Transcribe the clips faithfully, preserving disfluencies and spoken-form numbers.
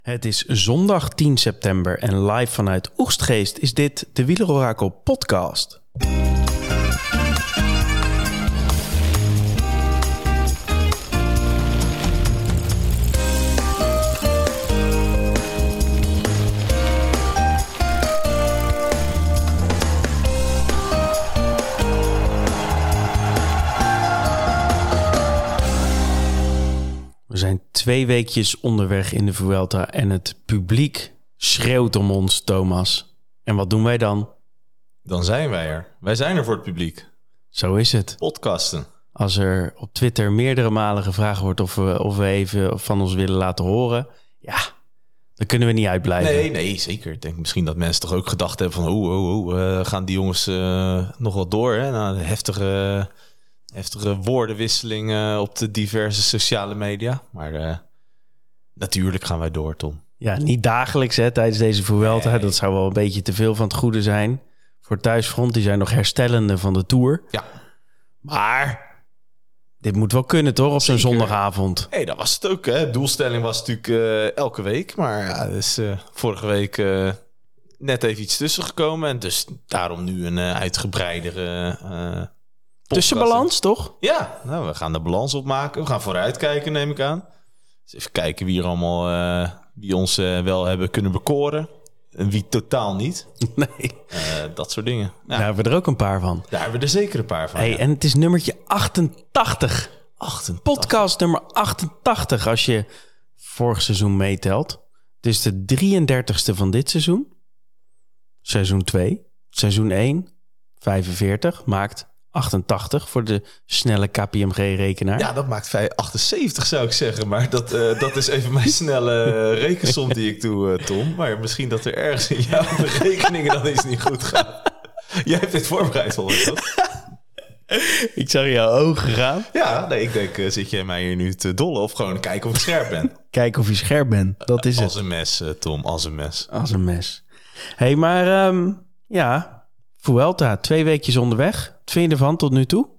Het is zondag tien september en live vanuit Oegstgeest is dit de Wielerorakel podcast. We zijn twee weekjes onderweg in de Vuelta en het publiek schreeuwt om ons, Thomas. En wat doen wij dan? Dan zijn wij er. Wij zijn er voor het publiek. Zo is het. Podcasten. Als er op Twitter meerdere malen gevraagd wordt of we, of we even van ons willen laten horen, ja, dan kunnen we niet uitblijven. Nee, nee, zeker. Ik denk misschien dat mensen toch ook gedacht hebben van, oh, oh, oh, uh, gaan die jongens uh, nog wat door, hè? Na de heftige... Heftige woordenwisselingen op de diverse sociale media. Maar uh, natuurlijk gaan wij door, Tom. Ja, niet dagelijks hè, tijdens deze Vuelta. Nee. Dat zou wel een beetje te veel van het goede zijn. Voor Thuisfront, die zijn nog herstellende van de Tour. Ja. Maar dit moet wel kunnen, toch? Op zo'n zondagavond. Hé, hey, dat was het ook, hè. De doelstelling was natuurlijk uh, elke week. Maar ja, dus uh, vorige week uh, net even iets tussen gekomen. En dus daarom nu een uh, uitgebreidere... Uh, Tussenbalans, toch? Ja, nou, we gaan de balans opmaken. We gaan vooruitkijken, neem ik aan. Dus even kijken wie er allemaal uh, wie ons uh, wel hebben kunnen bekoren. En wie totaal niet. Nee. Uh, dat soort dingen. Ja. Daar hebben we er ook een paar van. Daar hebben we er zeker een paar van. Hey, ja. En het is nummertje achtentachtig. achtentachtig. Podcast nummer achtentachtig, als je vorig seizoen meetelt. Het is de drieëndertigste van dit seizoen. Seizoen twee. Seizoen één, vijfenveertig, maakt... achtentachtig voor de snelle K P M G-rekenaar. Ja, dat maakt achtenzeventig zou ik zeggen. Maar dat, uh, dat is even mijn snelle rekensom die ik doe, uh, Tom. Maar misschien dat er ergens in jouw berekeningen dan iets niet goed gaat. Jij hebt dit voorbereid, volgens mij, toch? Ik zag jouw ogen gaan. Ja, nee, ik denk, uh, zit jij mij hier nu te dollen of gewoon kijken of ik scherp ben? Kijken of je scherp bent, dat is uh, het. Als een mes, uh, Tom, als een mes. Als een mes. Hé, hey, maar um, ja... Vuelta, twee weekjes onderweg. Wat vind je ervan tot nu toe?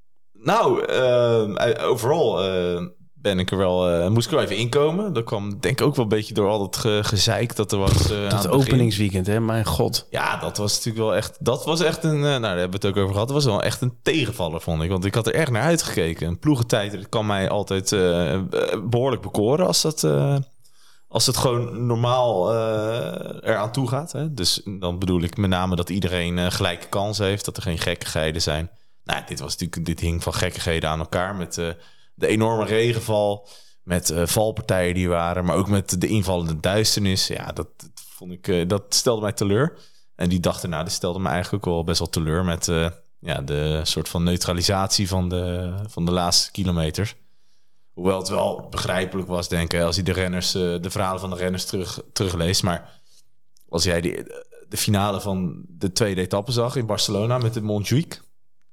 Nou, uh, overal uh, ben ik er wel, uh, moest ik er wel even inkomen. Dat kwam denk ik ook wel een beetje door al dat ge- gezeik dat er was. Uh, dat openingsweekend, hè? Mijn god. Ja, dat was natuurlijk wel echt, dat was echt een, uh, nou daar hebben we het ook over gehad. Dat was wel echt een tegenvaller, vond ik. Want ik had er echt naar uitgekeken. Een ploegentijd, dat kan mij altijd uh, behoorlijk bekoren als dat... Uh, Als het gewoon normaal uh, eraan toe gaat. Hè? Dus dan bedoel ik met name dat iedereen uh, gelijke kans heeft. Dat er geen gekkigheden zijn. Nou, dit was natuurlijk, dit hing van gekkigheden aan elkaar. Met uh, de enorme regenval. Met uh, valpartijen die waren. Maar ook met de invallende duisternis. Ja, dat, dat vond ik. Uh, dat stelde mij teleur. En die dag erna, dat stelde me eigenlijk ook wel best wel teleur. Met uh, ja, de soort van neutralisatie van de, van de laatste kilometers. Hoewel het wel begrijpelijk was, denk ik, als je de renners, de verhalen van de renners terug, terugleest. Maar als jij die, de finale van de tweede etappe zag in Barcelona met de Montjuïc,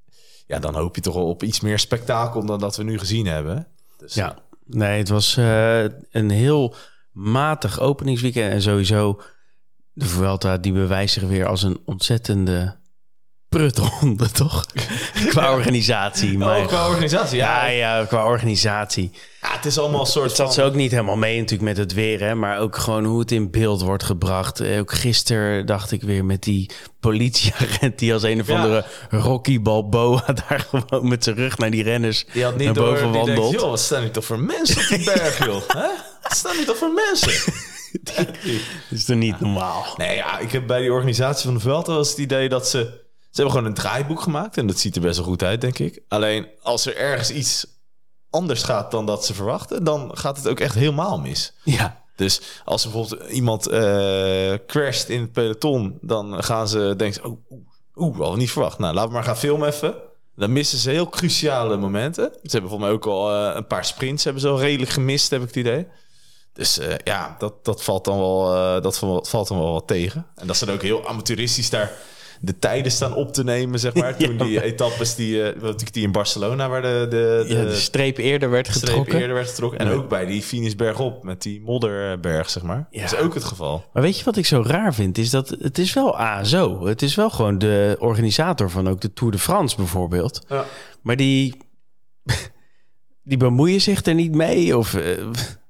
ja, dan hoop je toch wel op iets meer spektakel dan dat we nu gezien hebben. Dus, ja, nee, het was uh, een heel matig openingsweekend. En sowieso de Vuelta, die bewijst zich weer als een ontzettende... prutronde, toch? Qua organisatie. Maar... Oh, qua organisatie, ja. Ja, ja, qua organisatie. Ja, het is allemaal een soort het zat van... ze ook niet helemaal mee natuurlijk met het weer, hè? Maar ook gewoon hoe het in beeld wordt gebracht. Ook gisteren dacht ik weer met die politieagent die als een of ja. andere Rocky Balboa daar gewoon met zijn rug naar die renners die had niet naar boven door, wandelt. Denkt, joh, wat staan niet toch voor mensen op die berg, joh? Hè? Wat staan niet toch voor mensen? Dat is toch niet ja. normaal? Nee, ja, ik heb bij die organisatie van de Vuelta was het idee dat ze... Ze hebben gewoon een draaiboek gemaakt en dat ziet er best wel goed uit, denk ik. Alleen als er ergens iets anders gaat dan dat ze verwachten, dan gaat het ook echt helemaal mis. Ja. Dus als er bijvoorbeeld iemand uh, crasht in het peloton, dan gaan ze denken, oh, oeh, oeh, we hadden niet verwacht. Nou, laten we maar gaan filmen even. Dan missen ze heel cruciale momenten. Ze hebben volgens mij ook al uh, een paar sprints hebben ze al redelijk gemist, heb ik het idee. Dus uh, ja, dat, dat valt dan wel, uh, dat valt dan wel wat tegen. En dat ze dan ook heel amateuristisch daar de tijden staan op te nemen, zeg maar. Toen ja, die etappes die, uh, die in Barcelona, waar de, de, de, ja, de streep eerder werd getrokken. Streep eerder werd getrokken. En ja. ook bij die finish bergop, met die modderberg, zeg maar. Ja. Dat is ook het geval. Maar weet je wat ik zo raar vind? Is dat het is wel A S O. Het is wel gewoon de organisator van ook de Tour de France bijvoorbeeld. Ja. Maar die, die bemoeien zich er niet mee. Of uh,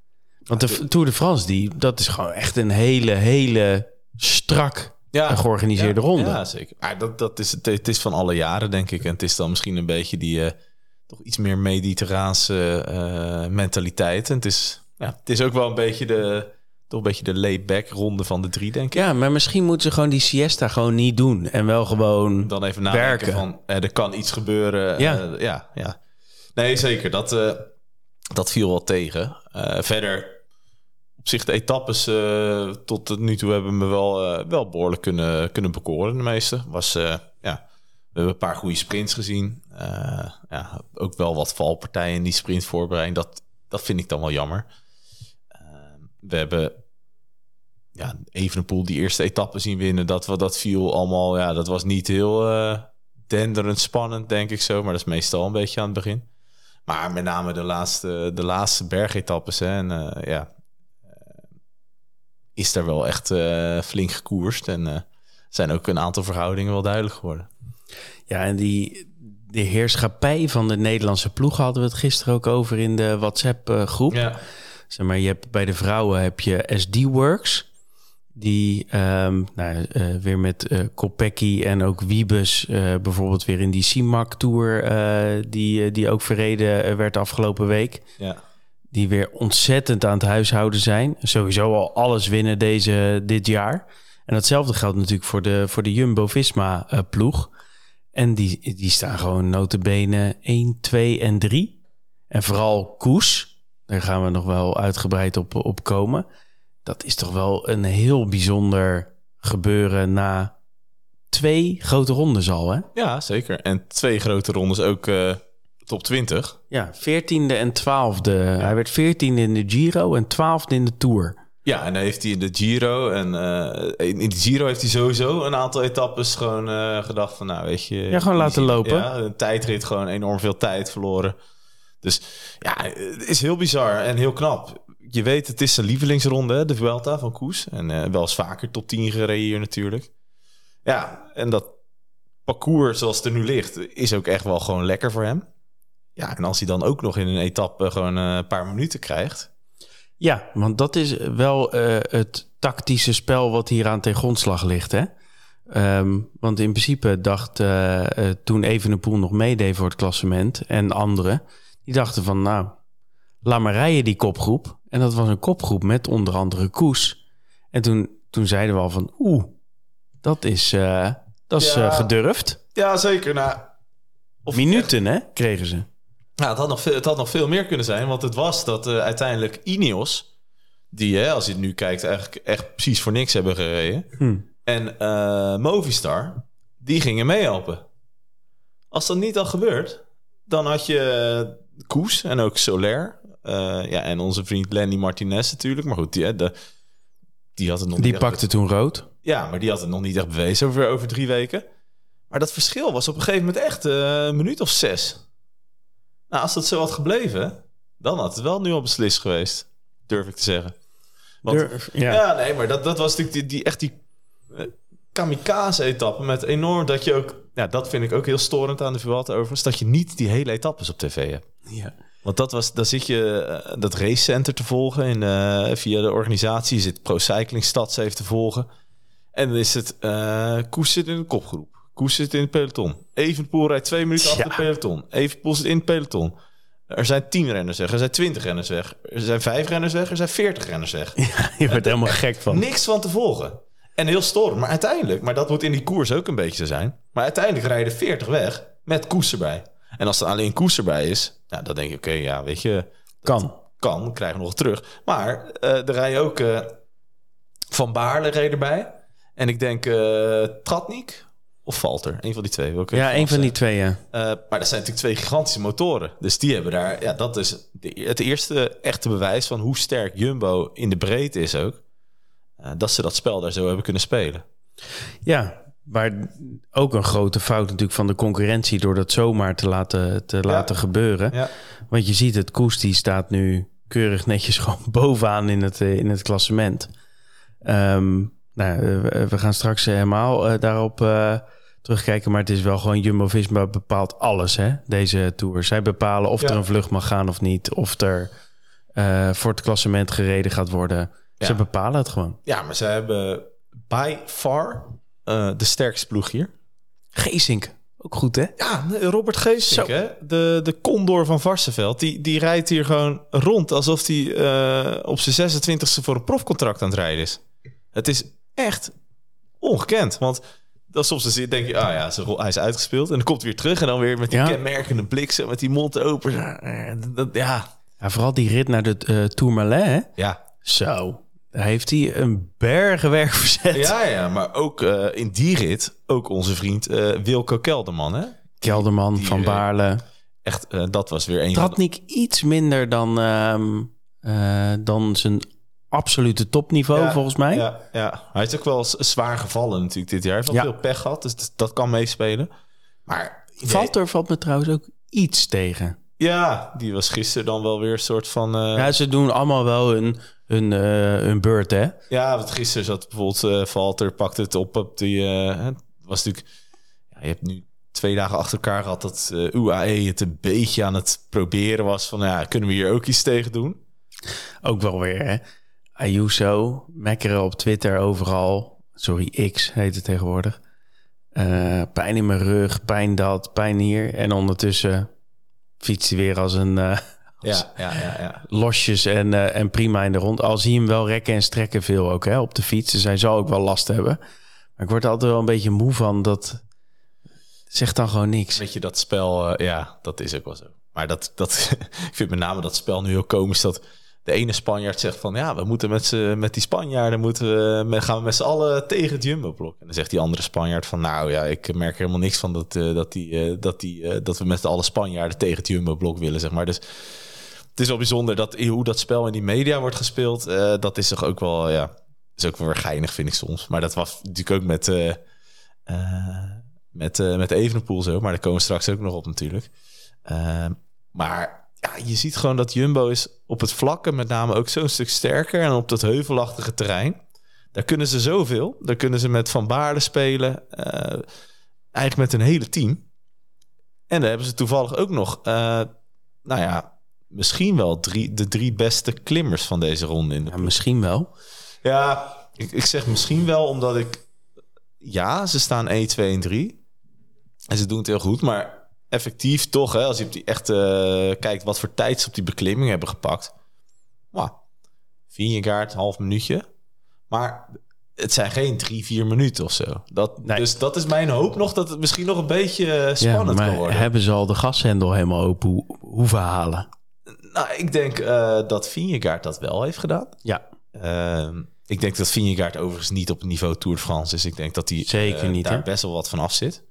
Want de Tour de France, die, dat is gewoon echt een hele, hele strak ja, georganiseerde ja, ronde. Ja, zeker. Maar dat, dat is, het, het is van alle jaren, denk ik. En het is dan misschien een beetje die uh, toch iets meer mediterraanse uh, mentaliteit. En het is, ja, het is ook wel een beetje de, toch een beetje de laid-back ronde van de drie, denk ik. Ja, maar misschien moeten ze gewoon die siesta gewoon niet doen. En wel gewoon dan even nadenken werken. Van, uh, er kan iets gebeuren. Ja, uh, ja, ja. Nee, zeker. Dat, uh, dat viel wel tegen. Uh, verder... Op zich de etappes uh, tot nu toe hebben me wel, uh, wel behoorlijk kunnen, kunnen bekoren. De meeste. Was, uh, ja, we hebben een paar goede sprints gezien. Uh, ja, ook wel wat valpartijen in die sprintvoorbereiding. Dat, dat vind ik dan wel jammer. Uh, we hebben ja, Evenepoel die eerste etappe zien winnen. Dat, dat viel allemaal... Ja, dat was niet heel uh, denderend spannend, denk ik zo. Maar dat is meestal een beetje aan het begin. Maar met name de laatste, de laatste bergetappes. Hè, en uh, ja... is daar wel echt uh, flink gekoerst. En uh, zijn ook een aantal verhoudingen wel duidelijk geworden. Ja, en die de heerschappij van de Nederlandse ploeg hadden we het gisteren ook over in de WhatsApp-groep. Uh, ja. Zeg maar, je hebt bij de vrouwen heb je S D-Works. Die um, nou, uh, weer met uh, Kopecky en ook Wiebes uh, bijvoorbeeld weer in die C I M A C-tour... Uh, die, die ook verreden werd afgelopen week. Ja. Die weer ontzettend aan het huishouden zijn. Sowieso al alles winnen deze, dit jaar. En datzelfde geldt natuurlijk voor de, voor de Jumbo-Visma-ploeg. En die, die staan gewoon nota bene één, twee en drie. En vooral Koes, daar gaan we nog wel uitgebreid op, op komen. Dat is toch wel een heel bijzonder gebeuren na twee grote rondes al, hè? Ja, zeker. En twee grote rondes ook... Uh... top twintig. Ja, veertiende en twaalfde. Ja. Hij werd veertiende in de Giro en twaalfde in de Tour. Ja, en dan heeft hij in de Giro en uh, in de Giro heeft hij sowieso een aantal etappes gewoon uh, gedacht van, nou weet je... Ja, gewoon laten ziet, lopen. Ja, een tijdrit, gewoon enorm veel tijd verloren. Dus ja, het is heel bizar en heel knap. Je weet, het is zijn lievelingsronde, hè, de Vuelta van Koes. En uh, wel eens vaker top tien gereden hier natuurlijk. Ja, en dat parcours zoals het er nu ligt, is ook echt wel gewoon lekker voor hem. Ja, en als hij dan ook nog in een etappe gewoon een paar minuten krijgt. Ja, want dat is wel uh, het tactische spel wat hier aan ten grondslag ligt, hè? Um, want in principe dacht uh, uh, toen Evenepoel nog meedeed voor het klassement en anderen, die dachten van, nou, laat maar rijden die kopgroep. En dat was een kopgroep met onder andere Koes. En toen, toen zeiden we al van, oeh, dat is, uh, dat is ja, uh, gedurfd. Ja, zeker. Nou, of minuten, echt... hè, kregen ze. Ja, het had, nog veel, het had nog veel meer kunnen zijn. Want het was dat uh, uiteindelijk Ineos... die, hè, als je het nu kijkt, eigenlijk echt precies voor niks hebben gereden. Hmm. En uh, Movistar, die gingen meehelpen. Als dat niet al gebeurt... dan had je uh, Koes en ook Soler. Uh, ja, en onze vriend Lenny Martinez natuurlijk. Maar goed, die, de, die had het nog die niet... Die pakte echt... toen rood. Ja, maar die had het nog niet echt bewezen over, over drie weken. Maar dat verschil was op een gegeven moment echt uh, een minuut of zes... Nou, als dat zo had gebleven, dan had het wel nu al beslist geweest. Durf ik te zeggen. Want, Durf, ja. ja, nee, maar dat, dat was natuurlijk die, die, echt die uh, kamikaze-etappe met enorm... dat je ook... Ja, dat vind ik ook heel storend aan de Vuelta overigens... dat je niet die hele etappes op tv hebt. Ja. Want dat was, dan zit je uh, dat racecenter te volgen... In, uh, via de organisatie. Je zit Pro Cycling Stads even te volgen. En dan is het... Uh, Koes zit in de kopgroep. Koes zit in het peloton. Evenepoel rijdt twee minuten achter ja. het peloton. Evenepoel zit in het peloton. Er zijn tien renners weg. Er zijn twintig renners weg. Er zijn vijf renners weg. Er zijn veertig renners weg. Ja, je wordt helemaal gek van. Niks van te volgen. En heel storm. Maar uiteindelijk, maar dat moet in die koers ook een beetje zo zijn. Maar uiteindelijk rijden veertig weg met Koes erbij. En als er alleen Koes erbij is, ja, dan denk je, oké, okay, ja, weet je... Kan. Kan, krijgen we nog terug. Maar uh, er rijden ook uh, Van Baarle reed erbij. En ik denk uh, Tratnik... Of Valter, een van die twee. Welke ja, een van die twee, ja. Uh, maar dat zijn natuurlijk twee gigantische motoren. Dus die hebben daar... Ja, dat is de, het eerste echte bewijs van hoe sterk Jumbo in de breedte is ook. Uh, dat ze dat spel daar zo hebben kunnen spelen. Ja, maar ook een grote fout natuurlijk van de concurrentie... door dat zomaar te laten, te ja. laten gebeuren. Ja. Want je ziet het, Koes die staat nu keurig netjes gewoon bovenaan in het, in het klassement. Um, nou, we gaan straks helemaal uh, daarop... Uh, terugkijken, maar het is wel gewoon Jumbo-Visma bepaalt alles, hè, deze tour. Zij bepalen of ja. er een vlucht mag gaan of niet, of er uh, voor het klassement gereden gaat worden. Ja. Ze bepalen het gewoon. Ja, maar ze hebben by far uh, de sterkste ploeg hier. Geesink, ook goed hè? Ja, Robert Geesink, hè? De, de condor van Varsseveld. Die, die rijdt hier gewoon rond alsof hij uh, op zijn zesentwintigste voor een profcontract aan het rijden is. Het is echt ongekend, want dan soms dan denk je, ah ja, hij is uitgespeeld en dan komt hij weer terug en dan weer met die ja. kenmerkende blik, zo, met die mond open. Dat, ja. ja, vooral die rit naar de uh, Tourmalet, hè? Ja. Zo, daar heeft hij een bergenwerk verzet. Ja, ja, maar ook uh, in die rit, ook onze vriend uh, Wilco Kelderman, hè? Kelderman, die, Van Baarle. Echt, uh, dat was weer een Tratnik van de... iets minder dan, um, uh, dan zijn absolute topniveau, ja, volgens mij. Ja, ja, hij is ook wel zwaar gevallen natuurlijk dit jaar. Hij heeft wel ja. veel pech gehad, dus dat, dat kan meespelen. Maar nee. Valter valt me trouwens ook iets tegen. Ja, die was gisteren dan wel weer een soort van... Uh... Ja, ze doen allemaal wel hun, hun, uh, hun beurt, hè? Ja, want gisteren zat bijvoorbeeld uh, Valter, pakte het op op die... Uh, het was natuurlijk... Ja, je hebt nu twee dagen achter elkaar gehad dat uh, U A E het een beetje aan het proberen was van... Ja, kunnen we hier ook iets tegen doen? Ook wel weer, hè? Ayuso, mekkeren op Twitter overal. Sorry, X heet het tegenwoordig. Uh, pijn in mijn rug, pijn dat, pijn hier. En ondertussen fietst hij weer als een... Uh, als ja, ja, ja, ja. losjes en, uh, en prima in de rond. Al zie je hem wel rekken en strekken veel ook hè, op de fiets. Dus hij zal ook wel last hebben. Maar ik word er altijd wel een beetje moe van dat... Zegt dan gewoon niks. Weet je, dat spel... Uh, ja, dat is ook wel zo. Maar dat, dat, ik vind met name dat spel nu heel komisch dat... De ene Spanjaard zegt van ja, we moeten met, z'n, met die Spanjaarden moeten we, met, gaan we met z'n allen tegen het Jumbo-blok. En dan zegt die andere Spanjaard van nou ja, ik merk er helemaal niks van dat, uh, dat, die, uh, dat, die, uh, dat we met alle Spanjaarden tegen het Jumbo-blok willen, zeg maar. Dus het is wel bijzonder dat hoe dat spel in die media wordt gespeeld. Uh, dat is toch ook wel, ja, is ook wel weer geinig, vind ik soms. Maar dat was natuurlijk ook met, uh, uh, met, uh, met Evenepoel zo. Maar daar komen we straks ook nog op natuurlijk. Uh, maar... Ja, je ziet gewoon dat Jumbo is op het vlakke met name ook zo'n stuk sterker. En op dat heuvelachtige terrein. Daar kunnen ze zoveel. Daar kunnen ze met Van Baarle spelen. Uh, eigenlijk met een hele team. En daar hebben ze toevallig ook nog... Uh, nou ja, misschien wel drie, de drie beste klimmers van deze ronde. In de ja, misschien wel. Ja, ik, ik zeg misschien wel omdat ik... Ja, ze staan één, twee en drie. En ze doen het heel goed, maar... Effectief toch, hè, als je op die echt uh, kijkt wat voor tijd ze op die beklimming hebben gepakt. Wow. Vingegaard, half minuutje. Maar het zijn geen drie, vier minuten of zo. Dat, nee. Dus dat is mijn hoop nog, dat het misschien nog een beetje spannend ja, maar kan worden. Hebben ze al de gashendel helemaal open ho- hoeven halen? Nou, ik denk uh, dat Vingegaard dat wel heeft gedaan. Ja. Uh, ik denk dat Vingegaard overigens niet op het niveau Tour de France is. Ik denk dat hij Zeker uh, niet, daar hè? best wel wat van af zit.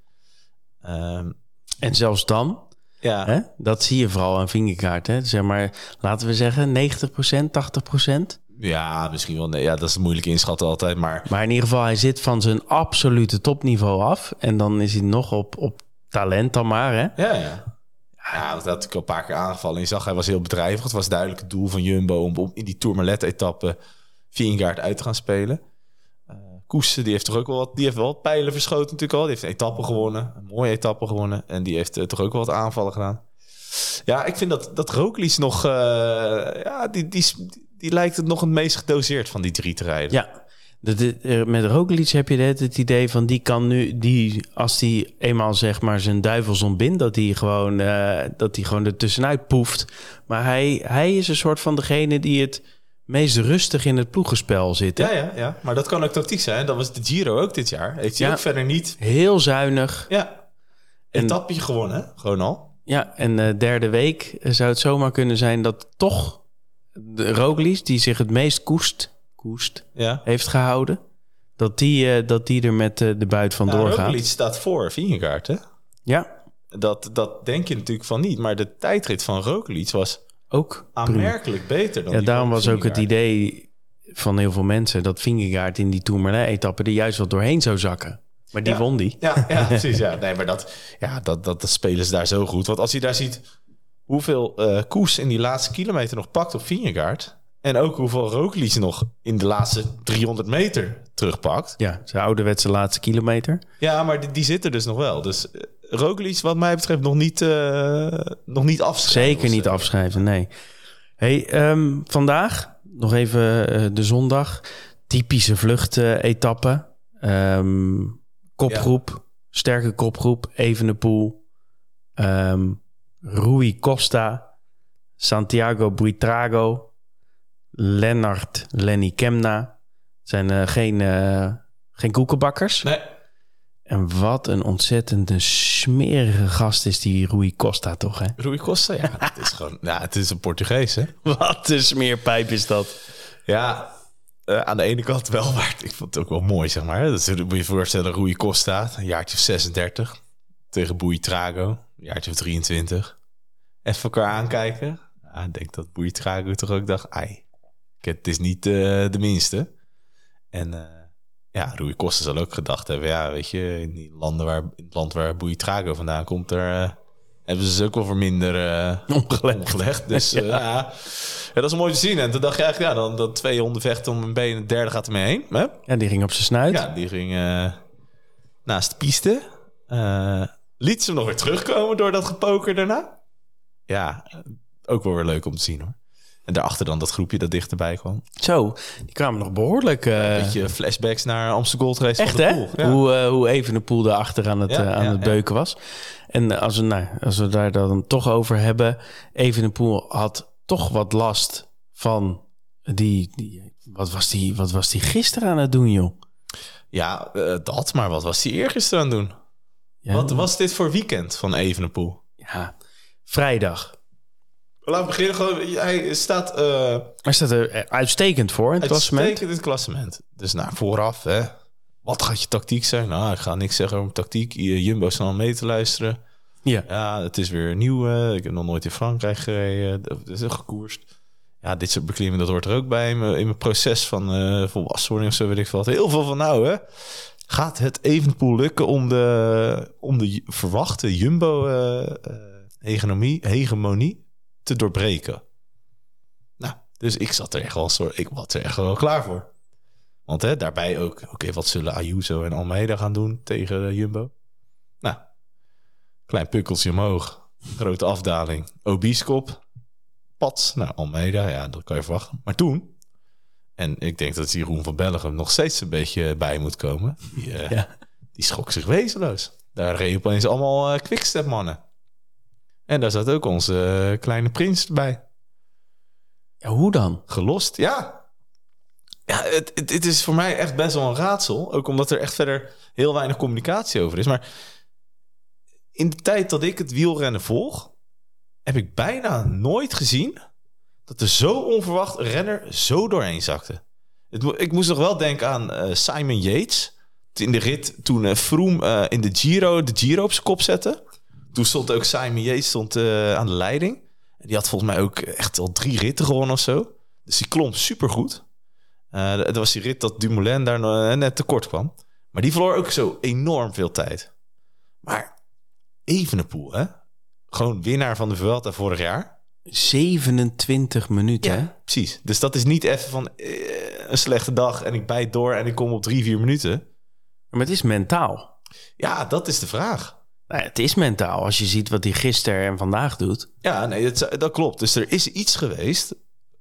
Um, En zelfs dan, ja. hè, dat zie je vooral aan Vingegaard. Hè? Zeg maar, laten we zeggen negentig procent, tachtig procent. Ja, misschien wel. Nee, ja, dat is moeilijk inschatten altijd. Maar... maar in ieder geval, hij zit van zijn absolute topniveau af. En dan is hij nog op, op talent dan maar. Hè? Ja, ja. Ja, dat had ik al een paar keer aangevallen. En je zag, hij was heel bedrijvig. Het was duidelijk het doel van Jumbo om, om in die Tourmalet-etappe Vingegaard uit te gaan spelen. Koes, die heeft toch ook wel wat, die heeft wel wat pijlen verschoten natuurlijk al. Die heeft een etappe gewonnen, een mooie etappe gewonnen. En die heeft uh, toch ook wel wat aanvallen gedaan. Ja, ik vind dat, dat Roglic nog, uh, ja, die, die, die, die lijkt het nog het meest gedoseerd van die drie te rijden. Ja, de, de, met Roglic heb je het, het idee van die kan nu, die, als die eenmaal zeg maar zijn duivels ontbindt, dat hij gewoon, uh, dat hij gewoon er tussenuit poeft. Maar hij, hij is een soort van degene die het meest rustig in het ploegenspel zitten. Ja, ja, ja, maar dat kan ook tactiek zijn. Dat was de Giro ook dit jaar. Heeft hij ja, ook verder niet... Heel zuinig. Ja, een etappetje gewonnen, hè? Gewoon al. Ja, en de derde week zou het zomaar kunnen zijn dat toch de Roglic, die zich het meest koest, koest ja. heeft gehouden, dat die, uh, dat die er met uh, de buit van ja, doorgaat. Roglic staat voor Vingegaard, hè? Ja. Dat, dat denk je natuurlijk van niet. Maar de tijdrit van Roglic was... ook aanmerkelijk prima. Beter dan ja, die daarom was Vingegaard. ook het idee van heel veel mensen dat Vingegaard in die Tourmalet-etappe er juist wat doorheen zou zakken. Maar die ja. won die. Ja, ja precies. Ja. Nee, maar dat, ja, dat, dat, dat spelen ze daar zo goed. Want als je daar ziet hoeveel uh, Koes in die laatste kilometer nog pakt op Vingegaard... en ook hoeveel Roglic nog in de laatste driehonderd meter terugpakt. Ja, zijn ouderwetse laatste kilometer. Ja, maar die, die zitten dus nog wel. Dus uh, Roglic wat mij betreft nog niet, uh, nog niet afschrijven. Zeker niet afschrijven, nee. Hey, um, vandaag nog even uh, de zondag. Typische vluchtetappe. Uh, um, kopgroep, ja. Sterke kopgroep. Evenepoel, um, Rui Costa, Santiago Buitrago, Lennart Lenny Kemna. Zijn uh, geen, uh, geen koekenbakkers. Nee. En wat een ontzettende smerige gast is die Rui Costa toch, hè? Rui Costa, ja. Het is gewoon, ja, het is een Portugees, hè? Wat een smeerpijp is dat. Ja, uh, aan de ene kant wel waard. Ik vond het ook wel mooi, zeg maar. Dat moet je je voorstellen, Rui Costa, een jaartje of zesendertig. Tegen Buitrago, een jaartje of drieëntwintig. Even elkaar aankijken. Ja, ik denk dat Buitrago toch ook dacht, ai, het is niet uh, de minste. En... Uh, Ja, Rui Costa zal ook gedacht hebben... ja, weet je, in, die landen waar, in het land waar Buitrago vandaan komt... daar uh, hebben ze ze ook wel voor minder uh, omgelegd. omgelegd. Dus ja. Uh, ja. ja, dat is mooi te zien. En toen dacht je eigenlijk... ja, dan, dan twee honden vechten om een been... en de derde gaat ermee heen. Hè? Ja, die ging op zijn snuit. Ja, die ging uh, naast de piste. Uh, liet ze hem nog weer terugkomen... door dat gepoker daarna. Ja, ook wel weer leuk om te zien, hoor. En daarachter dan dat groepje dat dichterbij kwam. Zo, die kwamen nog behoorlijk... Uh... Een beetje flashbacks naar Amstel Gold Race. Echt, hè? Ja. Hoe, uh, hoe Evenepoel daarachter aan het, ja, uh, aan ja, het beuken ja. was. En als we, nou, als we daar dan toch over hebben... Evenepoel had toch wat last van die... die wat, was die wat was die gisteren aan het doen, joh? Ja, uh, dat. Maar wat was die eergisteren aan het doen? Ja. Wat was dit voor weekend van Evenepoel? Ja, vrijdag. Laten we beginnen. Gewoon, hij staat... Uh, hij staat er uitstekend voor in het klassement. Uitstekend in het klassement. Dus nou, vooraf, hè. Wat gaat je tactiek zijn? Nou, ik ga niks zeggen over tactiek. Jumbo snel mee te luisteren. Ja. Ja, het is weer nieuw. Uh, ik heb nog nooit in Frankrijk gereden. Het is gekoerst. Ja, dit soort beklimming, dat hoort er ook bij. In mijn, in mijn proces van uh, volwassenwording of zo, weet ik veel wat. Heel veel van nou, hè. Gaat het Evenepoel lukken om de, om de verwachte Jumbo uh, uh, hegemonie... hegemonie te doorbreken. Nou, dus ik zat er echt wel soort, ik was er echt wel klaar voor. Want hè, daarbij ook, oké, okay, wat zullen Ayuso en Almeida gaan doen tegen Jumbo? Nou, klein pukkeltje omhoog, grote afdaling, Obieskop, pats, nou Almeida, ja, dat kan je verwachten. Maar toen, en ik denk dat die Jeroen van Bellegem nog steeds een beetje bij moet komen, die, uh, ja. die schrok zich wezenloos. Daar reden opeens allemaal uh, quickstep mannen. En daar zat ook onze uh, kleine prins bij. Ja, hoe dan? Gelost, ja. Ja, het, het, het is voor mij echt best wel een raadsel. Ook omdat er echt verder heel weinig communicatie over is. Maar in de tijd dat ik het wielrennen volg... heb ik bijna nooit gezien... dat er zo onverwacht een renner zo doorheen zakte. Het, ik moest nog wel denken aan uh, Simon Yates. In de rit toen uh, Froome uh, in de Giro... de Giro op zijn kop zette... Toen stond ook Simon Yates stond, uh, aan de leiding. En die had volgens mij ook echt al drie ritten gewonnen of zo. Dus die klom supergoed. Uh, dat was die rit dat Dumoulin daar uh, net tekort kwam. Maar die verloor ook zo enorm veel tijd. Maar Evenepoel, hè? Gewoon winnaar van de Vuelta vorig jaar. zevenentwintig minuten, ja, hè? Precies. Dus dat is niet even van uh, een slechte dag... en ik bijt door en ik kom op drie, vier minuten. Maar het is mentaal. Ja, dat is de vraag. Nou, het is mentaal als je ziet wat hij gisteren en vandaag doet. Ja, nee, dat, dat klopt. Dus er is iets geweest...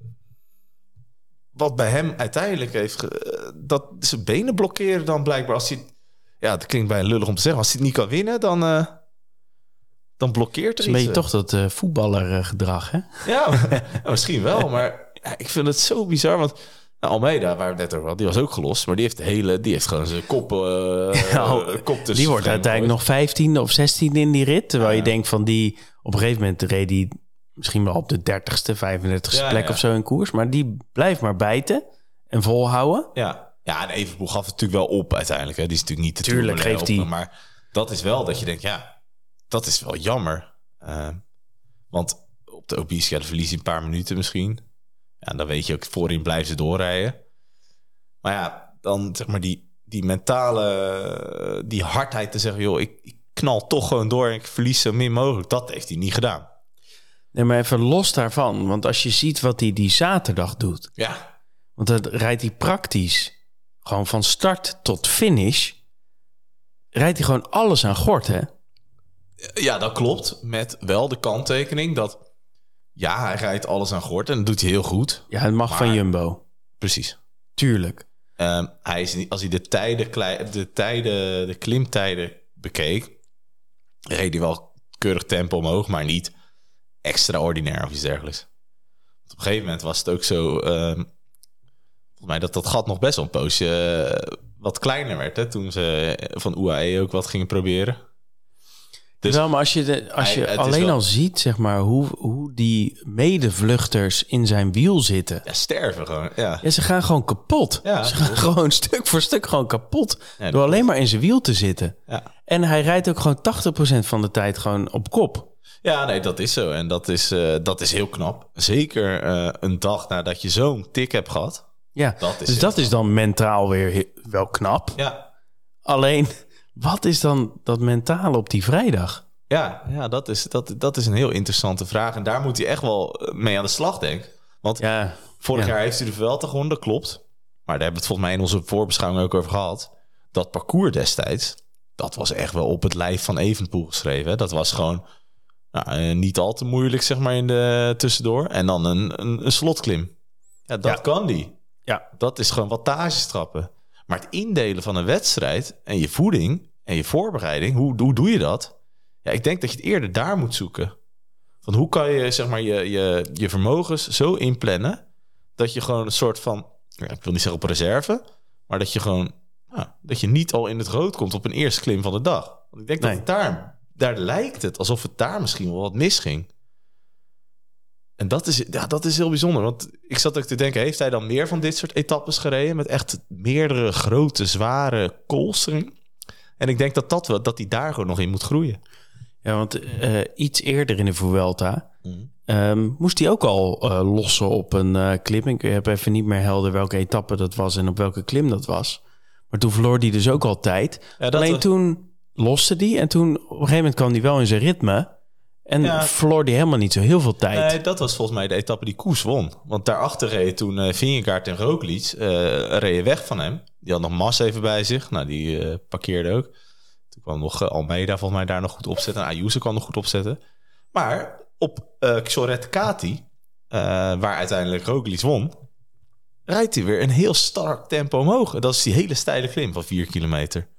wat bij hem uiteindelijk heeft... Ge, dat zijn benen blokkeren dan blijkbaar. Als hij, ja, dat klinkt bijna lullig om te zeggen. Als hij het niet kan winnen, dan, uh, dan blokkeert er iets. Een beetje toch dat uh, voetballergedrag, hè? Ja, ja, misschien wel. Maar ja, ik vind het zo bizar, want... Nou, Almeida, waar we het net over hadden, die was ook gelost. Maar die heeft de hele, die heeft gewoon zijn kop, uh, ja, kop tussen. Die wordt uiteindelijk nog vijftiende of zestiende in die rit. Terwijl ja, ja. je denkt van die, op een gegeven moment reed die misschien wel op de dertigste, vijfendertigste ja, plek ja. of zo in koers. Maar die blijft maar bijten en volhouden. Ja, ja, en Evenepoel gaf het natuurlijk wel op uiteindelijk. Hè. Die is natuurlijk niet te Tuurlijk geeft hij. Maar dat is wel dat je denkt, ja, dat is wel jammer. Uh, want op de Obies, ja, dan verlies je een paar minuten misschien. Ja, dan weet je ook, voorin blijven ze doorrijden. Maar ja, dan zeg maar die, die mentale, die hardheid te zeggen... joh, ik, ik knal toch gewoon door en ik verlies zo min mogelijk. Dat heeft hij niet gedaan. Nee, maar even los daarvan. Want als je ziet wat hij die zaterdag doet... Ja. Want dan rijdt hij praktisch gewoon van start tot finish... rijdt hij gewoon alles aan gort, hè? Ja, dat klopt. Met wel de kanttekening dat... Ja, hij rijdt alles aan gort en dat doet hij heel goed. Ja, het mag Maar- van Jumbo. Precies. Tuurlijk. Um, hij is niet, als hij de tijden, klei- de tijden, de klimtijden bekeek, reed hij wel keurig tempo omhoog, maar niet extraordinair of iets dergelijks. Want op een gegeven moment was het ook zo, um, volgens mij dat dat gat nog best wel een poosje uh, wat kleiner werd, hè, toen ze van U A E ook wat gingen proberen. Dus wel, maar als je, de, als hij- je het is alleen wel- al ziet, zeg maar, hoe, hoe die medevluchters in zijn wiel zitten. ja, sterven gewoon. Ja. Ja, ze gaan gewoon kapot. Ja, ze gaan klopt. gewoon stuk voor stuk gewoon kapot. Ja, dat door alleen maar in zijn wiel te zitten. Ja. En hij rijdt ook gewoon tachtig procent van de tijd gewoon op kop. Ja, nee, dat is zo. En dat is, uh, dat is heel knap. Zeker uh, een dag nadat je zo'n tik hebt gehad. Ja, Dat is dus heel dat knap. is dan mentaal weer he- wel knap. Ja, Alleen, wat is dan dat mentale op die vrijdag? ja, ja dat, is, dat, dat is een heel interessante vraag. En daar moet hij echt wel mee aan de slag, denk ik. Want Ja, vorig ja. jaar heeft hij de Vuelta gewonnen, dat klopt. Maar daar hebben we het volgens mij in onze voorbeschouwing ook over gehad. Dat parcours destijds, dat was echt wel op het lijf van Evenepoel geschreven. Hè? Dat was gewoon nou, eh, niet al te moeilijk, zeg maar, in de tussendoor. En dan een, een, een slotklim. Ja, dat Ja. kan die. Ja. Dat is gewoon wattages trappen. Maar het indelen van een wedstrijd en je voeding en je voorbereiding, hoe, hoe doe je dat? Ja, ik denk dat je het eerder daar moet zoeken. Van hoe kan je, zeg maar, je, je, je vermogens zo inplannen dat je gewoon een soort van, ja, ik wil niet zeggen op reserve, maar dat je gewoon, ja, dat je niet al in het rood komt op een eerste klim van de dag. Want ik denk Nee. dat het daar, daar lijkt het alsof het daar misschien wel wat misging. En dat is, ja, dat is heel bijzonder. Want ik zat ook te denken, heeft hij dan meer van dit soort etappes gereden? Met echt meerdere grote, zware kools erin? En ik denk dat, dat, wel, dat hij daar gewoon nog in moet groeien. Ja, want eh, iets eerder in de Vuelta ehm, moest hij ook al eh, lossen op een eh, klim. Ik heb even niet meer helder welke etappe dat was en op welke klim dat was. Maar toen verloor hij dus ook al tijd. Ja, dat Alleen was- toen loste hij en toen op een gegeven moment kwam hij wel in zijn ritme. En Ja. verloor hij helemaal niet zo heel veel tijd. Nee, dat was volgens mij de etappe die Koes won. Want daarachter reed toen uh, Vingegaard en Roglic uh, reden weg van hem. Die had nog Mas even bij zich. Nou, die uh, parkeerde ook. Toen kwam nog uh, Almeida volgens mij daar nog goed opzetten. En Ayuso kwam nog goed opzetten. Maar op uh, Xoret Kati, uh, waar uiteindelijk Roglic won, rijdt hij weer een heel sterk tempo omhoog. En dat is die hele steile klim van vier kilometer.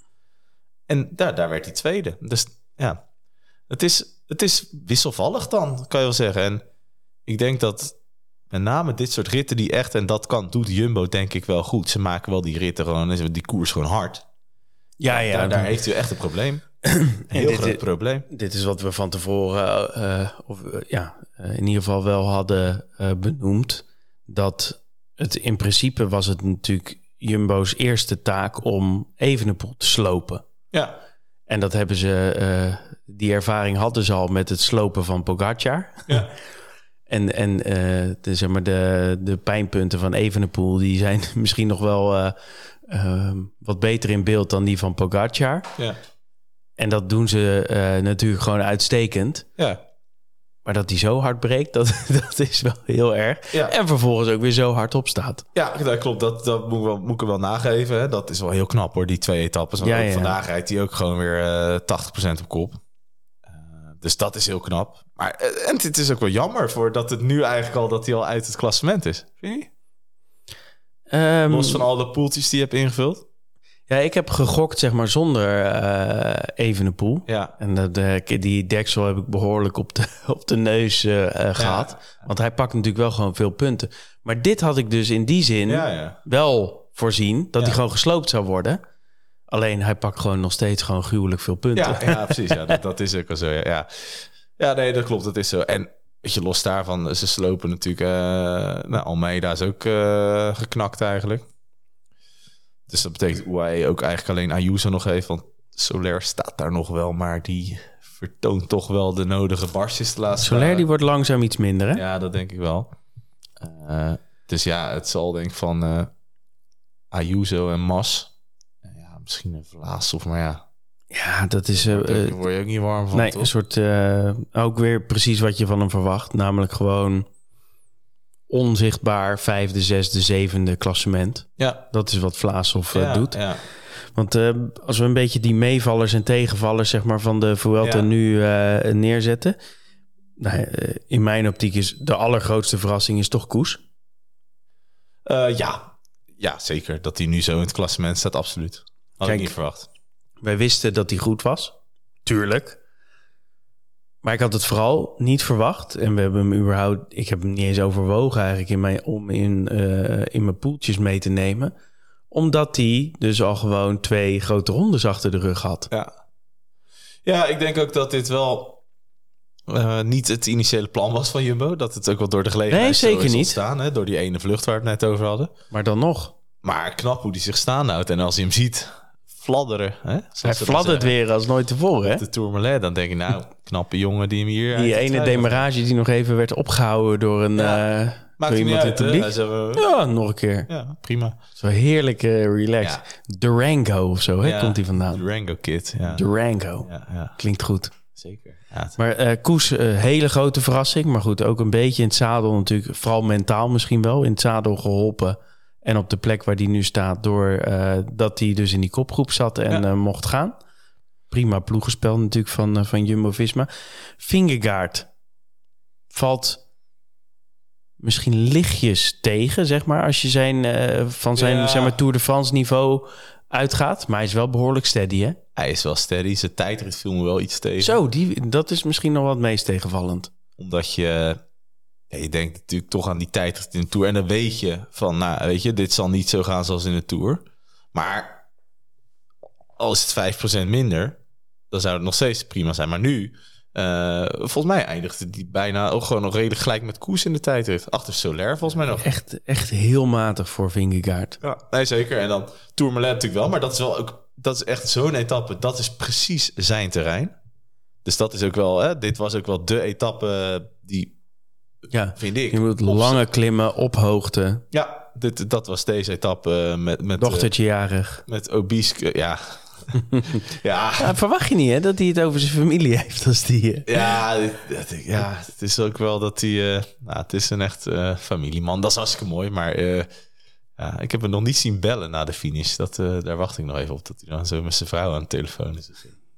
En daar, daar werd hij tweede. Dus ja, het is... Het is wisselvallig dan, kan je wel zeggen. En ik denk dat met name dit soort ritten die echt... en dat kan, doet Jumbo denk ik wel goed. Ze maken wel die ritten gewoon, die koers gewoon hard. Ja, ja. Daar, daar heeft u echt een probleem. Een heel dit- groot dit- probleem. Dit is wat we van tevoren, uh, of, uh, ja, uh, in ieder geval wel hadden uh, benoemd. Dat het in principe was het natuurlijk Jumbo's eerste taak om Evenepoel te slopen. Ja, En dat hebben ze, uh, die ervaring hadden ze al met het slopen van Pogacar. ja. En, en uh, de, zeg maar de, de pijnpunten van Evenepoel, die zijn misschien nog wel uh, uh, wat beter in beeld dan die van Pogacar. ja. En dat doen ze uh, natuurlijk gewoon uitstekend. ja. Maar dat die zo hard breekt, dat, dat is wel heel erg. Ja. En vervolgens ook weer zo hard opstaat. Ja, dat klopt. Dat, dat moet, ik wel, moet ik er wel nageven. Hè. Dat is wel heel knap hoor, die twee etappes. Want Ja, ook ja. vandaag rijdt hij ook gewoon weer uh, tachtig procent op kop. Uh, dus dat is heel knap. Maar uh, en het is ook wel jammer voor dat het nu eigenlijk al... dat hij al uit het klassement is. Vind je niet? Um, Los van al de poeltjes die je hebt ingevuld. Ja, ik heb gegokt, zeg maar, zonder uh, Evenepoel. Ja. En dat, uh, die deksel heb ik behoorlijk op de, op de neus uh, uh, gehad. Want hij pakt natuurlijk wel gewoon veel punten. Maar dit had ik dus in die zin Ja, ja. wel voorzien... dat Ja. hij gewoon gesloopt zou worden. Alleen hij pakt gewoon nog steeds gewoon gruwelijk veel punten. Ja, ja, precies. Ja, dat, dat is ook wel zo. Ja. Ja. ja, nee, dat klopt. Dat is zo. En weet je, los daarvan, ze slopen natuurlijk... Uh, nou, Almeida is ook uh, geknakt eigenlijk. Dus dat betekent U A E ook eigenlijk alleen Ayuso nog heeft. Want Soler staat daar nog wel, maar die vertoont toch wel de nodige barstjes de laatste Soler die dagen. wordt langzaam iets minder, hè? Ja, dat denk ik wel. Uh, dus ja, het zal denk ik van uh, Ayuso en Mas. Ja, misschien een Vlaas of maar ja. Ja, dat is... Uh, Daar word je ook niet warm van, nee, toch? een soort... Uh, ook weer precies wat je van hem verwacht. Namelijk gewoon onzichtbaar vijfde, zesde, zevende klassement. Ja. Dat is wat Vlaashoff uh, ja, doet. Ja. Want uh, als we een beetje die meevallers en tegenvallers zeg maar, van de Vuelta Ja. nu uh, neerzetten... nou, in mijn optiek is de allergrootste verrassing is toch Koes. Uh, ja. ja, zeker. Dat hij nu zo in het klassement staat, absoluut. Had Kijk, ik niet verwacht. Wij wisten dat hij goed was. Tuurlijk. Maar ik had het vooral niet verwacht. En we hebben hem überhaupt... Ik heb hem niet eens overwogen eigenlijk in mijn, om in, uh, in mijn poeltjes mee te nemen. Omdat hij dus al gewoon twee grote rondes achter de rug had. Ja, ja ik denk ook dat dit wel uh, niet het initiële plan was van Jumbo. Dat het ook wel door de gelegenheid nee, zeker is niet. ontstaan. Hè? Door die ene vlucht waar we het net over hadden. Maar dan nog. Maar knap hoe hij zich staande houdt. En als je hem ziet... fladderen. Hè? Hij fladdert weer als nooit tevoren. Hè? De Tourmalet, dan denk je nou, knappe jongen die hem hier... Die ene demarrage die nog even werd opgehouden door een... Ja. Uh, Maakt door iemand uit, in het publiek. We... Ja, nog een keer. Ja, prima. Zo heerlijk uh, relaxed. Ja. Durango of zo, hè? Ja, komt hij vandaan. Durango Kid, ja. Durango. Ja, ja. Klinkt goed. Zeker. Ja, het... Maar uh, Koes, uh, hele grote verrassing. Maar goed, ook een beetje in het zadel natuurlijk. Vooral mentaal misschien wel. In het zadel geholpen. En op de plek waar die nu staat, door uh, dat hij dus in die kopgroep zat en ja. uh, mocht gaan. Prima ploegenspel natuurlijk van, uh, van Jumbo-Visma. Vingegaard valt misschien lichtjes tegen, zeg maar, als je zijn, uh, van zijn ja. zeg maar, Tour de France niveau uitgaat. Maar hij is wel behoorlijk steady, hè? Hij is wel steady. Zijn tijdrit viel me wel iets tegen. Zo, die, dat is misschien nog wat meest tegenvallend. Omdat je... Ja, je denkt natuurlijk toch aan die tijdrit in de Tour. En dan weet je van, nou, weet je, dit zal niet zo gaan zoals in de Tour. Maar als het vijf procent minder, dan zou het nog steeds prima zijn. Maar nu, uh, volgens mij eindigde die bijna ook gewoon nog redelijk gelijk met Koes in de tijdrit. Achter Soler volgens mij nog. Echt, echt heel matig voor Vingegaard. Ja, nee, zeker. En dan Tourmalet natuurlijk wel. Maar dat is wel ook, dat is echt zo'n etappe. Dat is precies zijn terrein. Dus dat is ook wel, hè, dit was ook wel de etappe die... Ja, vind ik. Je moet lange klimmen op hoogte. Ja, dit, dat was deze etappe met... met dochtertje jarig. Uh, met obese... Ja. ja. ja. Verwacht je niet, hè, dat hij het over zijn familie heeft als die... Uh... Ja, dat, ja, het is ook wel dat hij... Uh, nou, het is een echt uh, familieman. Dat is hartstikke mooi, maar... Uh, ja, ik heb hem nog niet zien bellen na de finish. Dat, uh, daar wacht ik nog even op. Dat hij dan zo met zijn vrouw aan de telefoon is.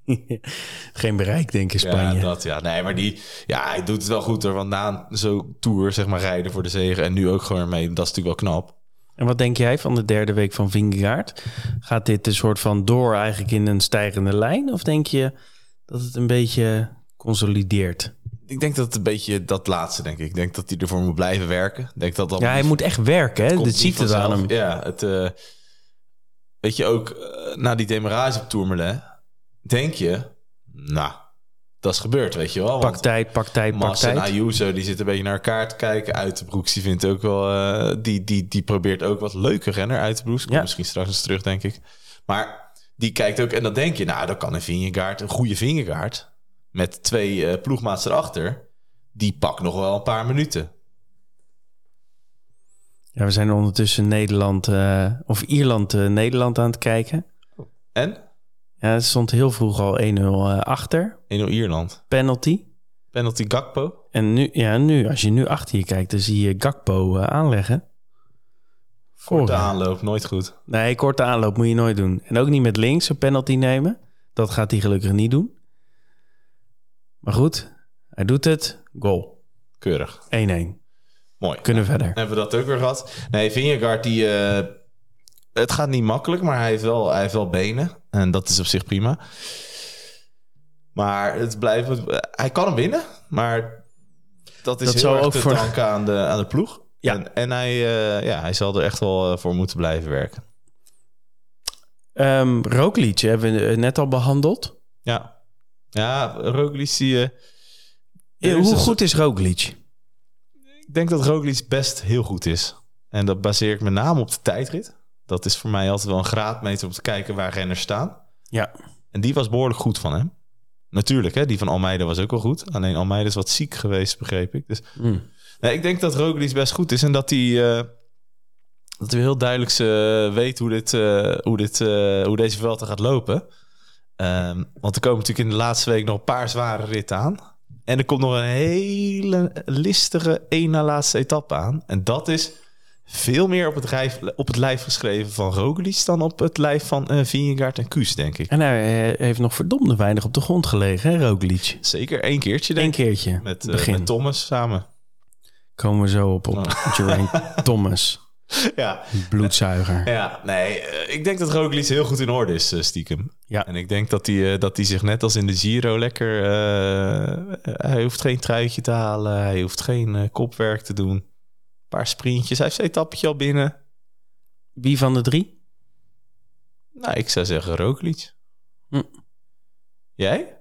Geen bereik, denk ik, in Spanje. Ja, dat, ja. Nee, maar die, ja, hij doet het wel goed hoor. Want na zo'n tour, zeg maar, rijden voor de zege en nu ook gewoon mee, dat is natuurlijk wel knap. En wat denk jij van de derde week van Vingegaard? Gaat dit een soort van door eigenlijk in een stijgende lijn? Of denk je dat het een beetje consolideert? Ik denk dat het een beetje dat laatste, denk ik. Ik denk dat hij ervoor moet blijven werken. Ik denk dat dat ja, hij moet echt werken, hè? Dit ziet het aan hem. Ja, het, uh, weet je ook, uh, na die demarrage op Tourmalet, denk je, nou, dat is gebeurd, weet je wel. Pak tijd, pak tijd, pak Mas tijd. en Ayuso, die zitten een beetje naar elkaar te kijken. Uiterbroeks, die vindt ook wel... Uh, die, die, die probeert ook wat leuker renner. Uiterbroeks, komt ja. misschien straks eens terug, denk ik. Maar die kijkt ook... En dan denk je, nou, dan kan een Vingegaard, een goede Vingegaard... met twee uh, ploegmaats erachter... die pakt nog wel een paar minuten. Ja, we zijn ondertussen Nederland... Uh, of Ierland-Nederland uh, aan het kijken. En? Ja, het stond heel vroeg al één nul uh, achter. één nul Ierland. Penalty. Penalty Gakpo. En nu, ja, nu, als je nu achter je kijkt, dan zie je Gakpo uh, aanleggen. Korte aanloop, nooit goed. Nee, korte aanloop moet je nooit doen. En ook niet met links een penalty nemen. Dat gaat hij gelukkig niet doen. Maar goed, hij doet het. Goal. Keurig. één-één. Mooi. Kunnen we verder. Hebben we dat ook weer gehad. Nee, Vingegaard, die... Uh, het gaat niet makkelijk, maar hij heeft, wel, hij heeft wel benen. En dat is op zich prima. Maar het blijft... Hij kan hem winnen, maar dat is dat heel erg te voor... danken aan de, aan de ploeg. Ja. En, en hij, uh, ja, hij zal er echt wel voor moeten blijven werken. Um, Roglic hebben we net al behandeld. Ja. Ja, Roglic die... Uh, ja, hoe goed dus... is Roglic? Ik denk dat Roglic best heel goed is. En dat baseer ik met name op de tijdrit. Dat is voor mij altijd wel een graadmeter om te kijken waar renners staan. Ja. En die was behoorlijk goed van hem. Natuurlijk, hè, die van Almeida was ook wel goed. Alleen Almeida is wat ziek geweest, begreep ik. Dus mm. nee, ik denk dat Roglic best goed is. En dat hij, uh, dat hij heel duidelijk uh, weet hoe, dit, uh, hoe, dit, uh, hoe deze Vuelta gaat lopen. Um, want er komen natuurlijk in de laatste week nog een paar zware ritten aan. En er komt nog een hele listige één na laatste etappe aan. En dat is veel meer op het, lijf, op het lijf geschreven van Roglic dan op het lijf van uh, Vingegaard en Kuss, denk ik. En hij heeft nog verdomde weinig op de grond gelegen, hè, Roglic? Zeker, één keertje, denk Eén keertje, ik. Met, uh, met Thomas samen. Komen we zo op, op oh. Geraint Thomas. Ja. Bloedzuiger. Ja, nee, uh, ik denk dat Roglic heel goed in orde is, uh, stiekem. Ja. En ik denk dat hij, uh, dat hij zich net als in de Giro lekker... Uh, hij hoeft geen truitje te halen, hij hoeft geen uh, kopwerk te doen. Een paar sprintjes, hij heeft zijn etappetje al binnen. Wie van de drie? Nou, ik zou zeggen Roglic. Hm. Jij?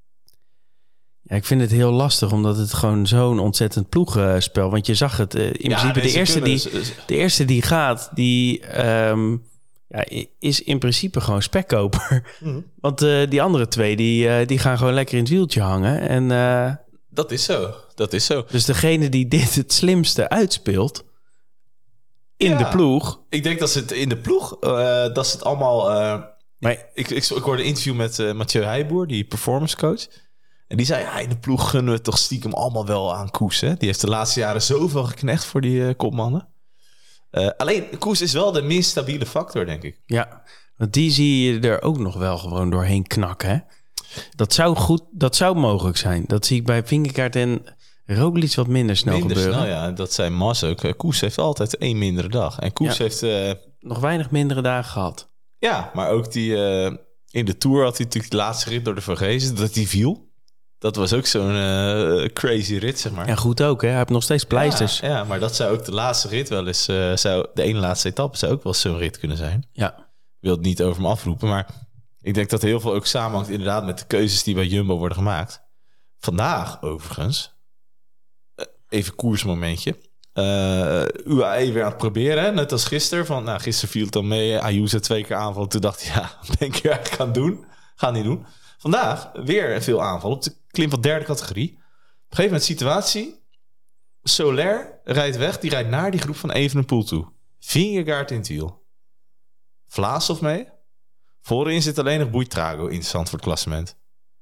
Ja, ik vind het heel lastig, omdat het gewoon zo'n ontzettend ploegenspel. Want je zag het, uh, in ja, principe de eerste, die, de eerste die gaat, die um, ja, is in principe gewoon spekkoper. Mm. Want uh, die andere twee, die, uh, die gaan gewoon lekker in het wieltje hangen. En, uh, dat is zo, dat is zo. Dus degene die dit het slimste uitspeelt in ja, de ploeg... Ik denk dat ze het in de ploeg, uh, dat ze het allemaal... Uh, maar ik, ik, ik hoorde een interview met uh, Mathieu Heijboer, die performance coach... En die zei, ja, in de ploeg gunnen we toch stiekem allemaal wel aan Koes. Hè? Die heeft de laatste jaren zoveel geknecht voor die uh, kopmannen. Uh, alleen, Koes is wel de minst stabiele factor, denk ik. Ja, want die zie je er ook nog wel gewoon doorheen knakken. Hè? Dat zou goed, dat zou mogelijk zijn. Dat zie ik bij Vingegaard en Roglic wat minder snel minder gebeuren. Snel, ja, dat zei Mas ook. Koes heeft altijd één mindere dag. En Koes ja, heeft... Uh, nog weinig mindere dagen gehad. Ja, maar ook die... Uh, in de Tour had hij natuurlijk de laatste rit door de Vogezen, dat hij viel. Dat was ook zo'n uh, crazy rit, zeg maar. En goed ook, hè? Hij heeft nog steeds pleisters. Ja, ja, maar dat zou ook de laatste rit wel eens... Uh, zou, de ene laatste etappe zou ook wel zo'n rit kunnen zijn. Ja. Ik wil het niet over me afroepen, maar... ik denk dat heel veel ook samenhangt inderdaad met de keuzes die bij Jumbo worden gemaakt. Vandaag, overigens... even koersmomentje. Uh, U A E weer aan het proberen, hè? Net als gisteren. Van, nou, gisteren viel het dan mee. Ayuso twee keer aanvallen. Toen dacht hij, ja, wat ben ik hier eigenlijk aan het doen? Ga niet doen. Vandaag weer veel aanval op de klim van derde categorie. Op een gegeven moment situatie. Soler rijdt weg. Die rijdt naar die groep van Evenepoel toe. Vingegaard in het wiel. Vlaashoff mee. Voorin zit alleen nog Buitrago. Interessant voor het klassement.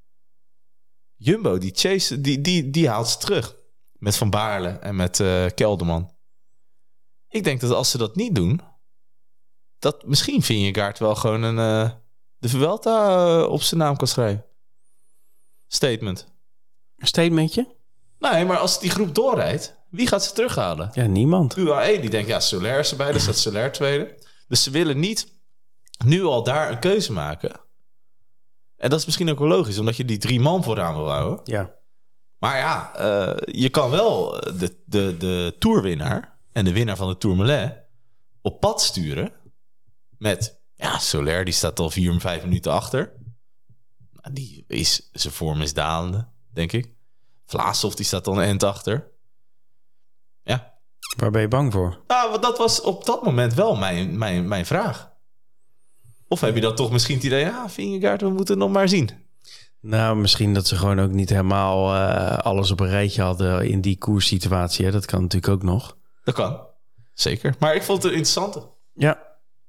Jumbo, die, chase, die, die, die haalt ze terug. Met Van Baarle en met uh, Kelderman. Ik denk dat als ze dat niet doen... dat misschien Vingegaard wel gewoon een... Uh, de Vuelta uh, op zijn naam kan schrijven. Statement. Een statementje? Nee, maar als die groep doorrijdt... wie gaat ze terughalen? Ja, niemand. U A E die denkt, ja, Soler is erbij. Dus staat Soler tweede. Dus ze willen niet nu al daar een keuze maken. En dat is misschien ook wel logisch... omdat je die drie man vooraan wil houden. Ja. Maar ja, uh, je kan wel de, de, de tourwinnaar... en de winnaar van de Tourmalet... op pad sturen... met... Ja, Soler die staat al vier, vijf minuten achter. Nou, die is, zijn vorm is dalende, denk ik. Vlaashoff die staat al een end achter. Ja. Waar ben je bang voor? Nou, dat was op dat moment wel mijn, mijn, mijn vraag. Of heb je dat toch misschien het idee... ja, Vingegaard, we moeten het nog maar zien. Nou, misschien dat ze gewoon ook niet helemaal uh, alles op een rijtje hadden... in die koerssituatie. Hè? Dat kan natuurlijk ook nog. Dat kan, zeker. Maar ik vond het interessant. Ja.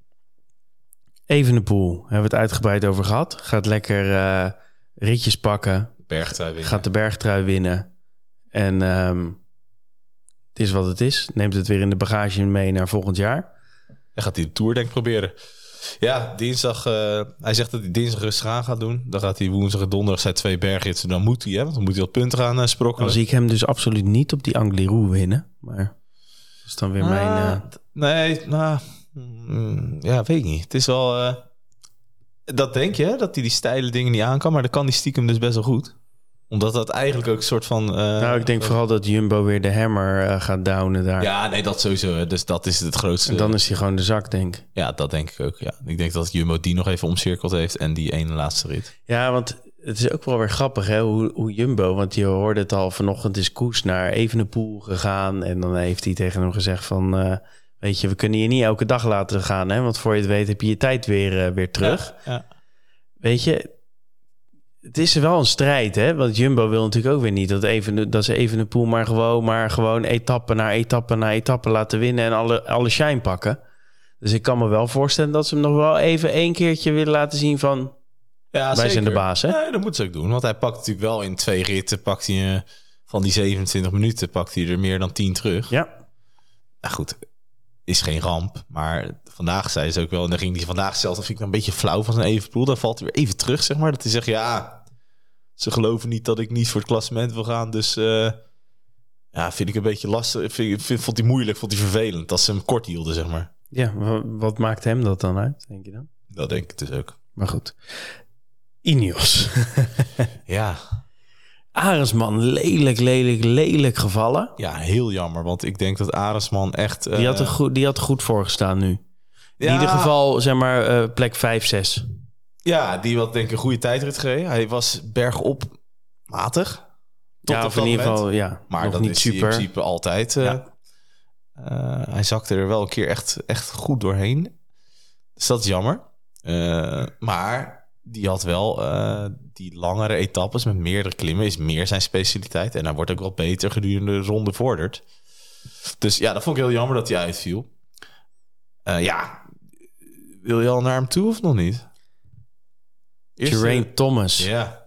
Evenepoel, hebben we het uitgebreid over gehad. Gaat lekker uh, ritjes pakken. Bergtrui winnen. Gaat de bergtrui winnen. En um, het is wat het is. Neemt het weer in de bagage mee naar volgend jaar. En gaat hij de Tour denk ik proberen. Ja, dinsdag... Uh, hij zegt dat hij dinsdag rustig aan gaat doen. Dan gaat hij woensdag en donderdag zijn twee bergritsen. Dan moet hij, hè, want dan moet hij wat punten gaan uh, sprokkelen. Dan zie ik hem dus absoluut niet op die Angliru winnen. Maar dat is dan weer uh, mijn... Uh... Nee, nou... Mm, ja, weet ik niet. Het is wel... Uh, dat denk je, hè? Dat hij die steile dingen niet aan kan. Maar dan kan die stiekem dus best wel goed. Omdat dat eigenlijk ook een soort van... Uh, nou, ik denk uh, vooral dat Jumbo weer de hammer uh, gaat downen daar. Ja, nee, dat sowieso. Hè. Dus dat is het grootste... En dan is hij gewoon de zak, denk ik. Ja, dat denk ik ook, ja. Ik denk dat Jumbo die nog even omcirkeld heeft... en die ene laatste rit. Ja, want het is ook wel weer grappig, hè? Hoe, hoe Jumbo... Want je hoorde het al, vanochtend is Koes naar Evenepoel gegaan... en dan heeft hij tegen hem gezegd van... Uh, weet je, we kunnen je niet elke dag laten gaan, hè? Want voor je het weet heb je je tijd weer, uh, weer terug. Ja, ja. Weet je, het is wel een strijd, hè? Want Jumbo wil natuurlijk ook weer niet dat, even, dat ze Evenepoel maar gewoon, maar gewoon etappe na etappe na etappe laten winnen en alle, alle shine pakken. Dus ik kan me wel voorstellen dat ze hem nog wel even één keertje willen laten zien van... Ja, wij zeker. Zijn de baas, hè? Ja, dat moeten ze ook doen. Want hij pakt natuurlijk wel in twee ritten, pakt hij uh, van die zevenentwintig minuten, pakt hij er meer dan tien terug. Ja. Nou goed, is geen ramp. Maar vandaag zei ze ook wel... en dan ging hij vandaag zelf... dat vind ik een beetje flauw van zijn Evenepoel. Dan valt hij weer even terug, zeg maar. Dat hij zegt, ja... ze geloven niet dat ik niet voor het klassement wil gaan. Dus uh, ja, vind ik een beetje lastig. Vind, vind, vond hij moeilijk, vond hij vervelend... dat ze hem kort hielden, zeg maar. Ja, wat maakt hem dat dan uit, denk je dan? Dat denk ik dus ook. Maar goed. Ineos. Ja... Arendsman, lelijk, lelijk, lelijk gevallen. Ja, heel jammer, want ik denk dat Arendsman echt... Uh... Die, had er goed, die had er goed voor gestaan nu. Ja. In ieder geval, zeg maar, uh, plek vijf, zes. Ja, die had denk ik een goede tijdrit gereden. Hij was bergop matig. Tot ja, of in ieder geval, ja. Maar nog dat niet is super. in principe altijd. Uh, ja. uh, hij zakte er wel een keer echt, echt goed doorheen. Dus dat is jammer. Uh, maar... die had wel uh, die langere etappes met meerdere klimmen... is meer zijn specialiteit. En hij wordt ook wel beter gedurende de ronde vorderd. Dus ja, dat vond ik heel jammer dat hij uitviel. Uh, ja, wil je al naar hem toe of nog niet? Geraint Thomas. Ja.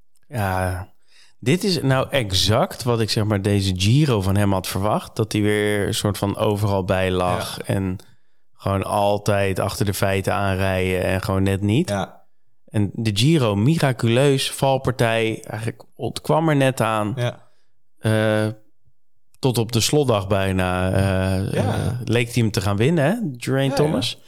Ja, dit is nou exact wat ik zeg maar deze Giro van hem had verwacht. Dat hij weer een soort van overal bij lag. Ja. En gewoon altijd achter de feiten aanrijden en gewoon net niet. Ja. En de Giro, miraculeus, valpartij, eigenlijk ontkwam er net aan. Ja. Uh, tot op de slotdag bijna uh, ja. uh, leek hij hem te gaan winnen, hè? Geraint ja, Thomas. Ja.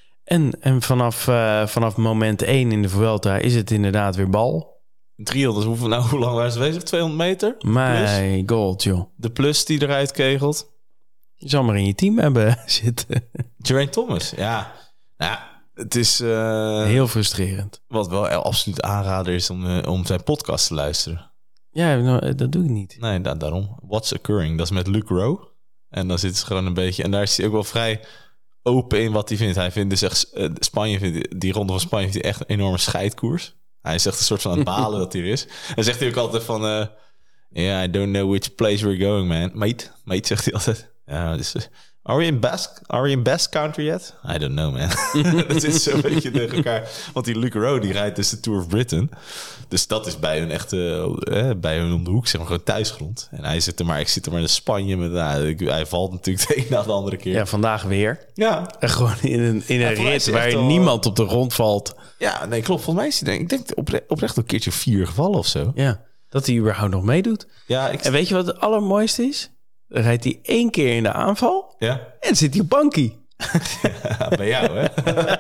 En, en vanaf, uh, vanaf moment één in de Vuelta is het inderdaad weer bal. driehonderd, hoeveel, nou, hoe lang waren ze bezig? tweehonderd meter? My god, joh. De plus die eruit kegelt. Je zal maar in je team hebben zitten. Geraint Thomas, ja. Nou ja. Het is... Uh, heel frustrerend. Wat wel absoluut aanrader is om, uh, om zijn podcast te luisteren. Ja, nou, dat doe ik niet. Nee, da- daarom. What's Occurring, dat is met Luke Rowe. En dan zit ze gewoon een beetje... En daar is hij ook wel vrij open in wat hij vindt. Hij vindt dus echt... Uh, Spanje vindt, die ronde van Spanje vindt hij echt een enorme scheidkoers. Hij is echt een soort van aan het balen dat hij er is. En zegt hij ook altijd van... Ja, uh, yeah, I don't know which place we're going, man. Mate, mate, zegt hij altijd. Ja, dus... Uh, Are we in Basque? Are we in Basque Country yet? I don't know, man. Dat zit zo'n beetje tegen elkaar. Want die Luke Rowe, die rijdt dus de Tour of Britain. Dus dat is bij hun echt... Uh, eh, bij hun om de hoek, zeg maar, gewoon thuisgrond. En hij zit er maar... Ik zit er maar in Spanje met... Nou, ik, hij valt natuurlijk de een na de andere keer. Ja, vandaag weer. Ja. En gewoon in een, in een ja, rit waar al... niemand op de grond valt. Ja, nee, klopt. Volgens mij is hij... Denk, ik denk opre- oprecht een keertje vier gevallen of zo. Ja, dat hij überhaupt nog meedoet. Ja, ik... En weet je wat het allermooiste is? Dan rijdt hij één keer in de aanval. Ja. En zit hij op bankie. Ja, bij jou, hè?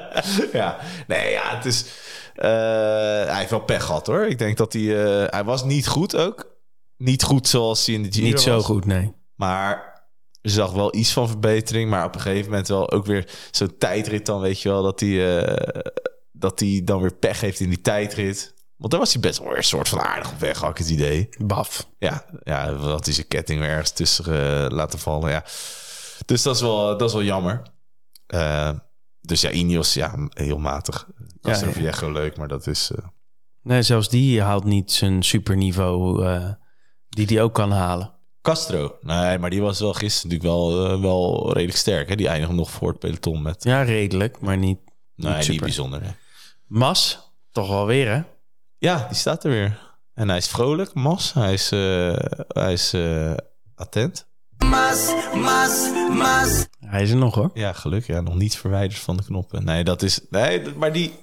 Ja. Nee, ja, het is... Uh, hij heeft wel pech gehad, hoor. Ik denk dat hij... Uh, hij was niet goed ook. Niet goed zoals hij in de Giro Niet zo was. goed, nee. Maar je zag wel iets van verbetering. Maar op een gegeven moment wel ook weer zo'n tijdrit dan, weet je wel. Dat hij, uh, dat hij dan weer pech heeft in die tijdrit. Want daar was hij best wel weer een soort van aardig op weg, had ik het idee. Baf. Ja, ja, had hij zijn ketting weer ergens tussen uh, laten vallen, ja. Dus dat is wel, dat is wel jammer. Uh, dus ja, Ineos, ja, heel matig. Castroviejo ja, ja. leuk, maar dat is... Uh... Nee, zelfs die haalt niet zijn superniveau uh, die die ook kan halen. Castro, nee, maar die was wel gisteren natuurlijk wel, uh, wel redelijk sterk. Hè? Die eindigde nog voor het peloton met... Ja, redelijk, maar niet, nee, niet, niet bijzonder. Hè? Mas, toch wel weer, hè? Ja, die staat er weer. En hij is vrolijk, Mas. Hij is, uh, hij is uh, attent. Mas, Mas, Mas. Hij is er nog, hoor. Ja, gelukkig. Ja, nog niet verwijderd van de knoppen. Nee, dat is... Nee, maar die...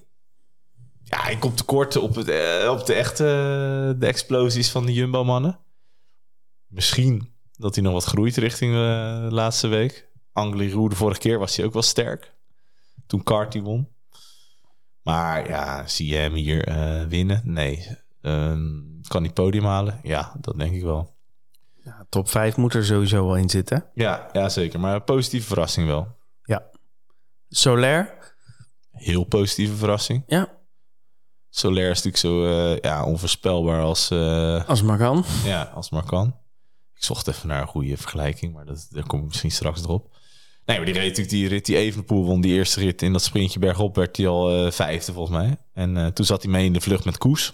Ja, hij komt tekort op, het, uh, op de echte... Uh, de explosies van de Jumbo-mannen. Misschien dat hij nog wat groeit richting uh, de laatste week. Angliru, de vorige keer was hij ook wel sterk. Toen Carty won. Maar ja, zie je hem hier uh, winnen? Nee. Uh, kan hij podium halen? Ja, dat denk ik wel. Ja, top vijf moet er sowieso wel in zitten. Ja, ja, zeker. Maar een positieve verrassing wel. Ja. Soler? Heel positieve verrassing. Ja. Soler is natuurlijk zo uh, ja, onvoorspelbaar als... Uh, als maar kan. Ja, als maar kan. Ik zocht even naar een goede vergelijking, maar dat, daar kom ik misschien straks erop. Nee, maar die reed natuurlijk die rit, die Evenepoel won die eerste rit in dat sprintje bergop, werd hij al uh, vijfde volgens mij. En uh, toen zat hij mee in de vlucht met Koes.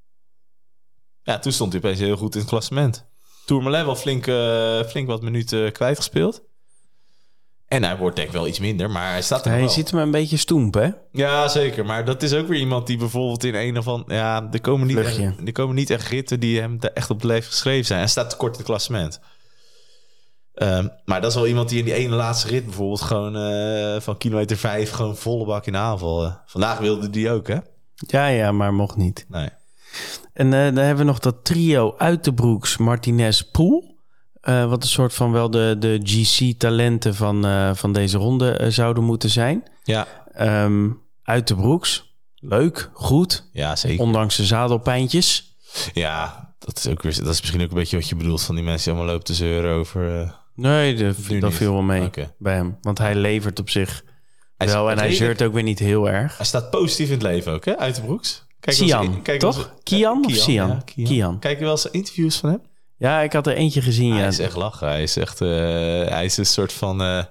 Ja, toen stond hij opeens heel goed in het klassement. Tourmalet wel flink, uh, flink wat minuten kwijtgespeeld. En hij wordt denk ik wel iets minder, maar hij staat er hij wel. Hij ziet hem een beetje stoemp, hè? Ja, zeker. Maar dat is ook weer iemand die bijvoorbeeld in een of andere... Ja, er komen niet, echt, er komen niet echt ritten die hem echt op het leven geschreven zijn. Hij staat tekort in het klassement. Um, maar dat is wel iemand die in die ene laatste rit bijvoorbeeld gewoon uh, van kilometer vijf gewoon volle bak in de aanval. Uh, vandaag wilde die ook, hè? Ja, ja, maar mocht niet. Nee. En uh, dan hebben we nog dat trio Uiterbroeks, Martinez, Poel. Uh, wat een soort van wel de, de G C-talenten van, uh, van deze ronde uh, zouden moeten zijn. Ja. Um, Uiterbroeks, leuk, goed. Ja, zeker. Ondanks de zadelpijntjes. Ja, dat is, ook weer, dat is misschien ook een beetje wat je bedoelt van die mensen die allemaal lopen te zeuren over... Uh, nee, de, dat viel wel mee okay. bij hem. Want hij levert op zich hij wel en hij redelijk, zeurt ook weer niet heel erg. Hij staat positief in het leven ook, hè? Uiterbroeks. Kian, toch? Kian of Sian? Ja, Kian. Kian. Kijk je wel eens interviews van hem? Ja, ik had er eentje gezien. Hij ja. is echt lachen. Hij is echt... Uh, hij is een soort van... Uh,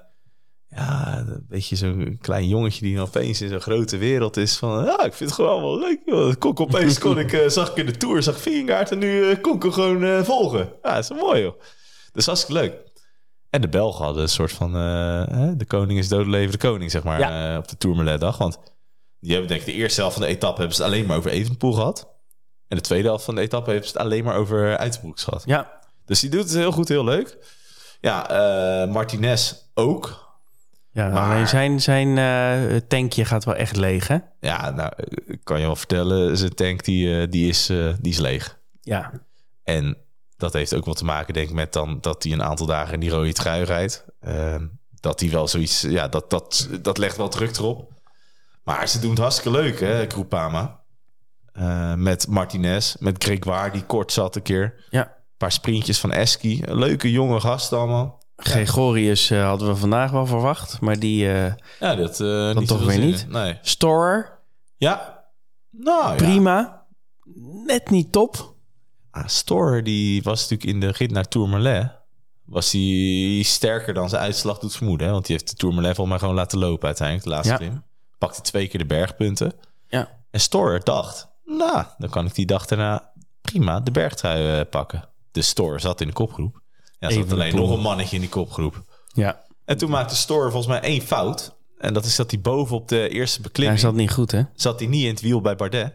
ja, een beetje zo'n klein jongetje die opeens in zo'n grote wereld is van... Ja, ik vind het gewoon wel leuk. Joh. Kon ik opeens kon ik, uh, zag ik in de Tour, zag Vingegaard en nu uh, kon ik hem gewoon uh, volgen. Ja, dat is wel mooi, joh. Dat is hartstikke leuk. En de Belgen hadden een soort van... Uh, de koning is doodlevende koning, zeg maar, ja. uh, op de Tourmalet-dag. Want die hebben denk ik de eerste helft van de etappe hebben ze het alleen maar over Evenepoel gehad. En de tweede helft van de etappe hebben ze het alleen maar over Uiterbroeks gehad. Ja. Dus die doet het heel goed, heel leuk. Ja, uh, Martinez ook. Ja, maar... alleen zijn, zijn uh, tankje gaat wel echt leeg, hè? Ja, nou, ik kan je wel vertellen, zijn tank die, uh, die, is, uh, die is leeg. Ja. En dat heeft ook wel te maken, denk ik, met dan dat hij een aantal dagen in die rode trui rijdt. Uh, dat hij wel zoiets, ja, dat, dat, dat legt wel druk erop. Maar ze doen het hartstikke leuk, hè, Groupama. Uh, met Martinez, met Gregoire, die kort zat een keer. Ja. Een paar sprintjes van Eski. Een leuke jonge gast allemaal. Gregorius uh, hadden we vandaag wel verwacht, maar die uh, ja, dat, uh, niet toch weer niet. Nee. Storer. Ja. Nou, prima. Ja. Net niet top. Ah, Storer, die was natuurlijk in de rit naar Tourmalet. Was hij sterker dan zijn uitslag doet vermoeden. Hè? Want die heeft de Tourmalet volgens mij gewoon laten lopen uiteindelijk. De laatste ja. klim. Pakte twee keer de bergpunten. Ja. En Storer dacht, nou, dan kan ik die dag daarna prima de bergtrui uh, pakken. Dus Storer zat in de kopgroep. Ja, er zat alleen nog een mannetje in die kopgroep. Ja. En toen maakte Storer volgens mij één fout. En dat is dat hij boven op de eerste beklimming... Hij zat niet goed, hè? Zat hij niet in het wiel bij Bardet.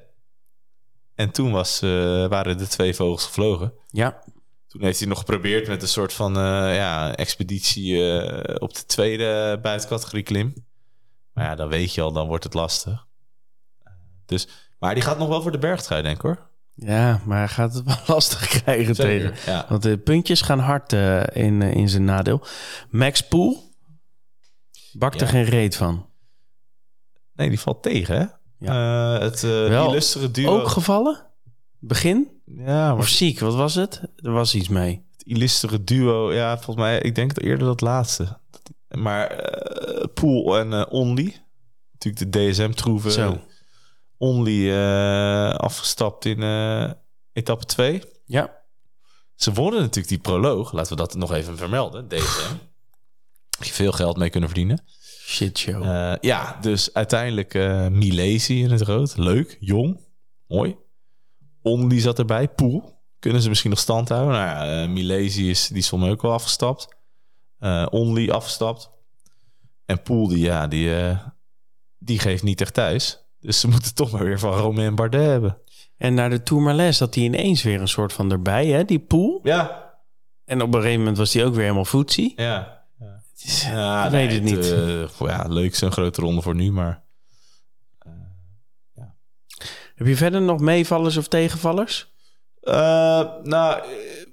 En toen was, uh, waren de twee vogels gevlogen. Ja. Toen heeft hij nog geprobeerd met een soort van uh, ja, expeditie uh, op de tweede buitencategorie klim. Maar ja, dan weet je al, dan wordt het lastig. Dus, maar die gaat nog wel voor de bergtrui, denk ik, hoor. Ja, maar hij gaat het wel lastig krijgen Zeker, tegen. Ja. Want de puntjes gaan hard uh, in, uh, in zijn nadeel. Max Poel bakt er ja. geen reet van. Nee, die valt tegen, hè? Ja. Uh, het uh, wel illustere duo... ook gevallen? Begin? Ja, maar... Of ziek, wat was het? Er was iets mee. Het illustere duo, ja, volgens mij... Ik denk eerder dat laatste. Maar uh, Poel en uh, Only. Natuurlijk de D S M-troeven. Zo. Only uh, afgestapt in uh, etappe twee. Ja. Ze wonnen natuurlijk die proloog. Laten we dat nog even vermelden. D S M. Heb je veel geld mee kunnen verdienen. Shit show. Uh, ja, dus uiteindelijk uh, Milesi in het rood. Leuk, jong, mooi. Only zat erbij. Poel. Kunnen ze misschien nog stand houden? Nou ja, uh, Milesi is, die is volgens mij ook wel afgestapt. Uh, Only afgestapt. En Poel, die, ja, die, uh, die geeft niet echt thuis. Dus ze moeten toch maar weer van Romain Bardet hebben. En naar de Tourmalet zat hij ineens weer een soort van erbij, hè? Die Poel. Ja. En op een gegeven moment was hij ook weer helemaal footsie. Ja. Ja, ja ik nee, weet het niet. Uh, ja, leuk, zo'n grote ronde voor nu, maar... Uh, ja. Heb je verder nog meevallers of tegenvallers? Uh, nou,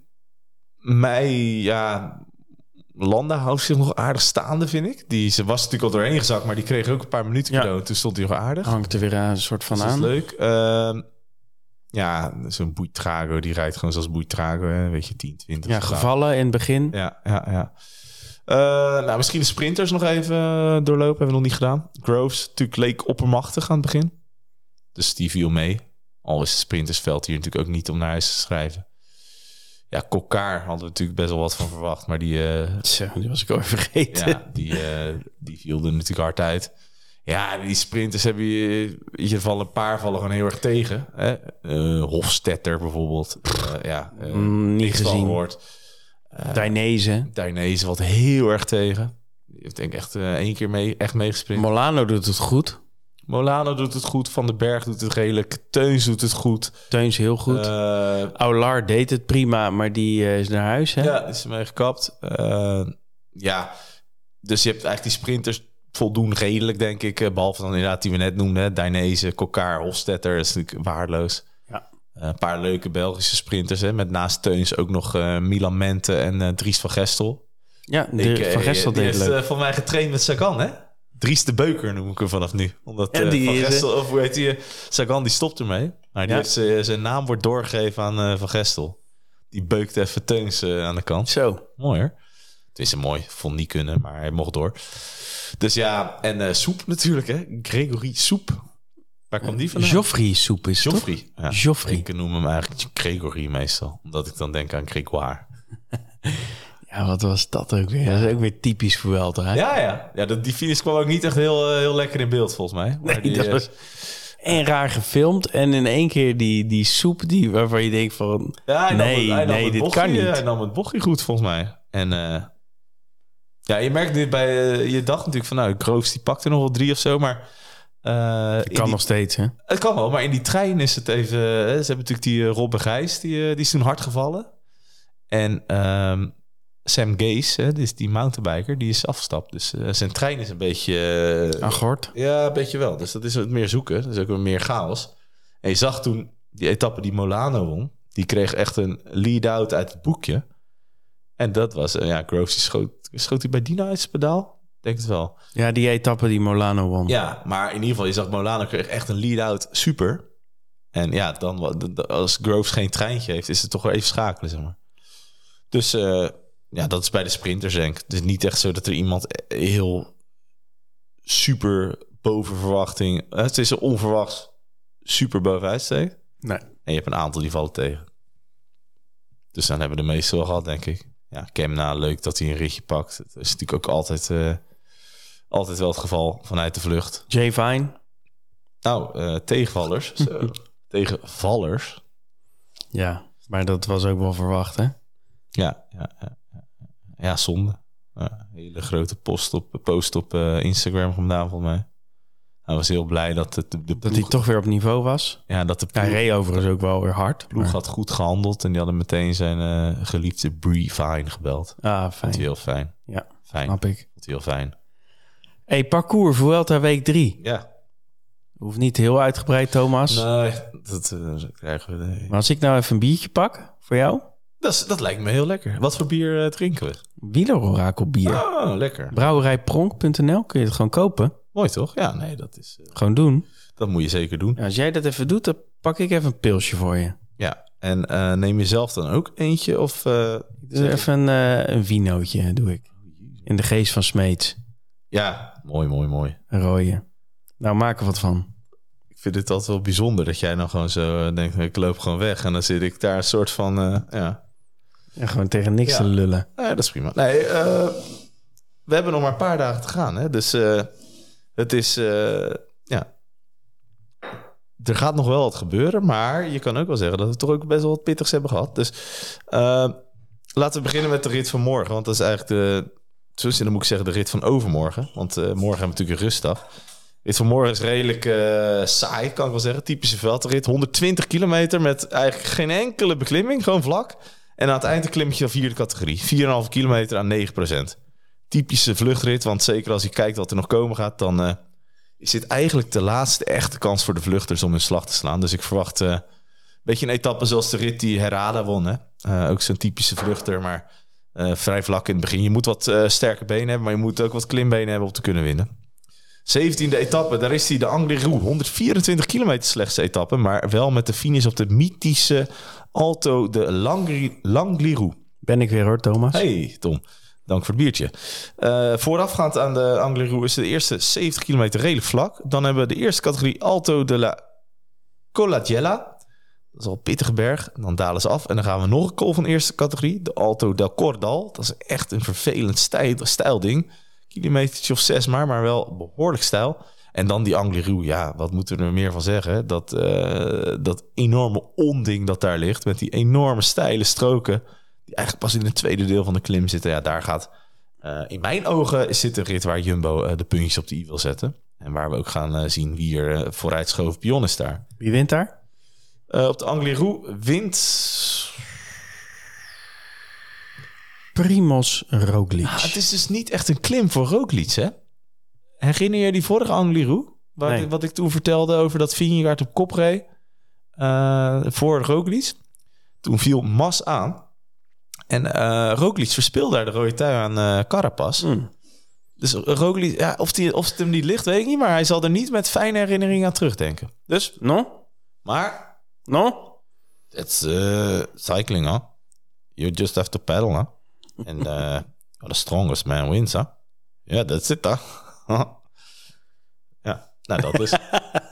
mij, ja... Landa houdt zich nog aardig staande, vind ik. Die, ze was natuurlijk al doorheen gezakt, maar die kreeg ook een paar minuten cadeau. Ja. Toen stond hij nog aardig. Hangt er weer een soort van dus aan. Dat is leuk. Uh, ja, zo'n Buitrago, die rijdt gewoon zoals Buitrago, hè? Weet je, tien, twintig. Ja, gevallen in het begin. Ja, ja, ja. Uh, nou, misschien de sprinters nog even doorlopen. Hebben we nog niet gedaan. Groves natuurlijk leek oppermachtig aan het begin. Dus die viel mee. Al is het sprintersveld hier natuurlijk ook niet om naar huis te schrijven. Ja, Kokkaar hadden we natuurlijk best wel wat van verwacht. Maar die... Uh, Zo, die was ik al vergeten. Ja, die, uh, die viel er natuurlijk hard uit. Ja, die sprinters hebben je... In ieder geval een paar vallen gewoon heel erg tegen. Hè? Uh, Hofstetter bijvoorbeeld. Uh, ja, uh, mm, niet gezien. Wordt. Uh, Dainese. Dainese valt heel erg tegen. Die heeft denk ik echt uh, één keer mee, echt meegesprint. Molano doet het goed. Molano doet het goed. Van den Berg doet het redelijk. Teuns doet het goed. Teuns heel goed. Uh, Aular deed het prima, maar die uh, is naar huis, hè? Ja, is ermee gekapt. Uh, ja, dus je hebt eigenlijk die sprinters voldoen redelijk, denk ik. Behalve dan inderdaad die we net noemden. Dainese, Kokkaar, Hofstetter. Dat is natuurlijk waardeloos. Ja. Uh, een paar leuke Belgische sprinters. Hè, met naast Teuns ook nog uh, Milan Mente en uh, Dries van Gestel. Ja, de, ik, Van Gestel die deed is leuk. Uh, van mij getraind met Sagan, hè? Dries de Beuker noem ik hem vanaf nu. Omdat ja, uh, Van is, Gestel, of hoe heet die? Sagan, die stopt ermee. Maar die ja. heeft uh, zijn naam wordt doorgegeven aan uh, Van Gestel. Die beukt even Teuns uh, aan de kant. Zo. Mooi hoor. Het is een mooi. Vond niet kunnen, maar hij mocht door. Dus ja, en uh, Soep natuurlijk, hè? Gregory Soep. Waar kwam die vandaan? Joffrey Soep is Joffrey. Ja. Joffrey. Ik noem hem eigenlijk Gregory meestal. Omdat ik dan denk aan Grégoire. Ja, wat was dat ook weer? Dat is ook weer typisch voor Vuelta, hè? Ja, ja. ja dat, die finish kwam ook niet echt heel, uh, heel lekker in beeld, volgens mij. Maar nee, die, dat uh, was en raar gefilmd. En in één keer die, die soep die, waarvan je denkt van... Ja, hij nee, nam het, hij nam nee, het dit bochtje, kan niet. Hij nam het bochtje goed, volgens mij. En uh, ja, je merkt dit bij... Uh, je dacht natuurlijk van, nou, Groves die pakte nog wel drie of zo, maar... Uh, het kan die, nog steeds, hè? Het kan wel, maar in die trein is het even... Uh, ze hebben natuurlijk die uh, Robbe Gijs, die, uh, die is toen hard gevallen. En um, Sam Gaze, hè, dus die mountainbiker, die is afgestapt. Dus uh, zijn trein is een beetje... Uh, Agort? Ja, een beetje wel. Dus dat is wat meer zoeken. Dat is ook weer meer chaos. En je zag toen die etappe die Molano won. Die kreeg echt een lead-out uit het boekje. En dat was... Uh, ja, Groves die schoot... Schoot hij bij Dino uit zijn pedaal? Denk het wel. Ja, die etappe die Molano won. Ja, maar in ieder geval, je zag Molano kreeg echt een lead-out. Super. En ja, dan als Groves geen treintje heeft, is het toch wel even schakelen, zeg maar. Dus uh, ja, dat is bij de sprinters, denk ik. Het is niet echt zo dat er iemand heel super boven verwachting... Het is een onverwachts super bovenuit steekt. Nee. En je hebt een aantal die vallen tegen. Dus dan hebben de meeste wel gehad, denk ik. Ja, Kemna, leuk dat hij een ritje pakt. Dat is natuurlijk ook altijd, uh, altijd wel het geval vanuit de vlucht. Jay Vine? Nou, uh, tegenvallers. Zo. Tegenvallers. Ja, maar dat was ook wel verwacht, hè? Ja, ja, ja, ja. ja zonde. Ja, hele grote post op, post op uh, Instagram vandaan, volgens mij. Hij was heel blij dat het, de, de dat ploeg... hij toch weer op niveau was. Ja, dat de ploeg... Hij reed overigens ook wel weer hard. De ploeg maar... had goed gehandeld en die hadden meteen zijn uh, geliefde Brie Fine gebeld. Ah, fijn. Vond hij heel fijn. Ja, fijn. snap ik. Vond hij heel fijn. Hey, parcours, Vuelta week drie. Ja. Hoeft niet heel uitgebreid, Thomas. Nee, dat uh, krijgen we... Nee. Maar als ik nou even een biertje pak, voor jou... Dat, is, dat lijkt me heel lekker. Wat voor bier uh, drinken we? Wielerorakel bier. Oh, lekker. Brouwerij Pronk punt n l, kun je het gewoon kopen. Mooi toch? Ja, nee, dat is... Uh, gewoon doen. Dat moet je zeker doen. Ja, als jij dat even doet, dan pak ik even een pilsje voor je. Ja, en uh, neem je zelf dan ook eentje? Of uh, even een, uh, een vinootje, doe ik. In de geest van Smeets. Ja, mooi, mooi, mooi. Een rode. Nou, maak er wat van. Ik vind het altijd wel bijzonder dat jij dan gewoon zo uh, denkt, ik loop gewoon weg. En dan zit ik daar een soort van, uh, ja... Ja, gewoon tegen niks ja. te lullen. Ja, dat is prima. Nee, uh, we hebben nog maar een paar dagen te gaan. Hè? Dus uh, het is... Uh, ja. Er gaat nog wel wat gebeuren. Maar je kan ook wel zeggen dat we toch ook best wel wat pittigs hebben gehad. Dus uh, laten we beginnen met de rit van morgen. Want dat is eigenlijk de... Zo dan moet ik zeggen de rit van overmorgen. Want uh, morgen hebben we natuurlijk een rustdag. De rit van morgen is redelijk uh, saai, kan ik wel zeggen. Typische veldrit. honderdtwintig kilometer met eigenlijk geen enkele beklimming. Gewoon vlak. En aan het eind een klimmetje van vierde categorie. vier komma vijf kilometer aan negen procent. Typische vluchtrit, want zeker als je kijkt wat er nog komen gaat... dan uh, is dit eigenlijk de laatste echte kans voor de vluchters om hun slag te slaan. Dus ik verwacht uh, een beetje een etappe zoals de rit die Herrada won. Hè? Uh, ook zo'n typische vluchter, maar uh, vrij vlak in het begin. Je moet wat uh, sterke benen hebben, maar je moet ook wat klimbenen hebben om te kunnen winnen. zeventiende etappe, daar is hij de Angliru. honderdvierentwintig kilometer slechtste etappe, maar wel met de finish op de mythische... Alto de Langliru. Ben ik weer hoor, Thomas. Hey Tom, dank voor het biertje. Uh, voorafgaand aan de Angliru is de eerste zeventig kilometer redelijk vlak. Dan hebben we de eerste categorie Alto de la Colagella. Dat is al een pittige berg. En dan dalen ze af. En dan gaan we nog een col van de eerste categorie. De Alto del Cordal. Dat is echt een vervelend stijl, stijl ding. Kilometertje of zes maar, maar wel behoorlijk stijl. En dan die Angliru, ja, wat moeten we er meer van zeggen? Dat, uh, dat enorme onding dat daar ligt, met die enorme steile stroken, die eigenlijk pas in het tweede deel van de klim zitten. Ja, daar gaat, uh, in mijn ogen, is dit een rit waar Jumbo uh, de puntjes op de i wil zetten. En waar we ook gaan uh, zien wie er uh, vooruitschoven pion is daar. Wie wint daar? Uh, op de Angliru wint... Primoz Roglic. Ah, het is dus niet echt een klim voor Roglic, hè? Herinner je die vorige Angliru? Wat, nee. wat ik toen vertelde over dat Vingegaard op kop reed uh, voor Roglic. Toen viel Mas aan. En uh, Roglic verspeelde daar de rode trui aan uh, Carapaz. Mm. Dus Roglic, ja, of, die, of het hem niet ligt, weet ik niet. Maar hij zal er niet met fijne herinneringen aan terugdenken. Dus, no? Maar, no? It's uh, cycling, huh? You just have to pedal, huh? And uh, the strongest man wins, huh? Ja, yeah, that's it, huh? Ja, nou dat is...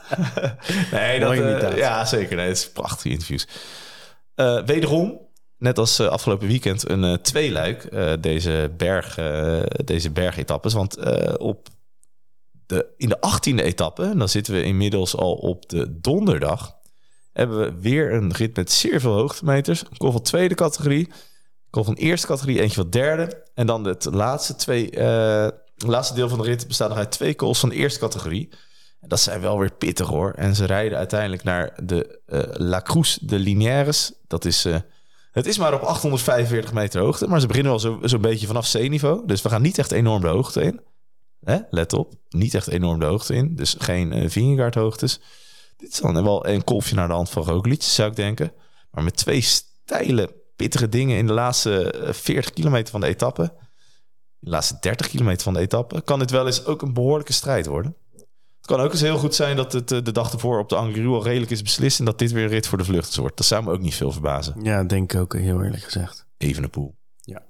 nee, dat... Uh, ja, zeker. Nee, het is prachtige interviews. Uh, wederom, net als uh, afgelopen weekend, een uh, tweeluik. Uh, deze berg, uh, deze bergetappes. Want uh, op de, in de achttiende etappe, en dan zitten we inmiddels al op de donderdag, hebben we weer een rit met zeer veel hoogtemeters. Een kol van tweede categorie, een kol van eerste categorie, eentje van derde. En dan het laatste, twee, uh, het laatste deel van de rit bestaat nog uit twee kools van de eerste categorie. En dat zijn wel weer pittig hoor. En ze rijden uiteindelijk naar de uh, La Cruz de Liniers. Dat is, uh, het is maar op achthonderdvijfenveertig meter hoogte. Maar ze beginnen wel zo'n zo beetje vanaf zeeniveau. Dus we gaan niet echt enorm de hoogte in. Hè? Let op, niet echt enorm de hoogte in. Dus geen uh, Vingegaard hoogtes. Dit is dan wel een kolfje naar de hand van Roglic, zou ik denken. Maar met twee steile, pittige dingen in de laatste veertig kilometer van de etappe. De laatste dertig kilometer van de etappe. Kan dit wel eens ook een behoorlijke strijd worden. Het kan ook eens heel goed zijn dat het de dag ervoor op de Angliru al redelijk is beslist. En dat dit weer een rit voor de vluchters wordt. Dat zou me ook niet veel verbazen. Ja, denk ik ook heel eerlijk gezegd. Evenepoel. Ja.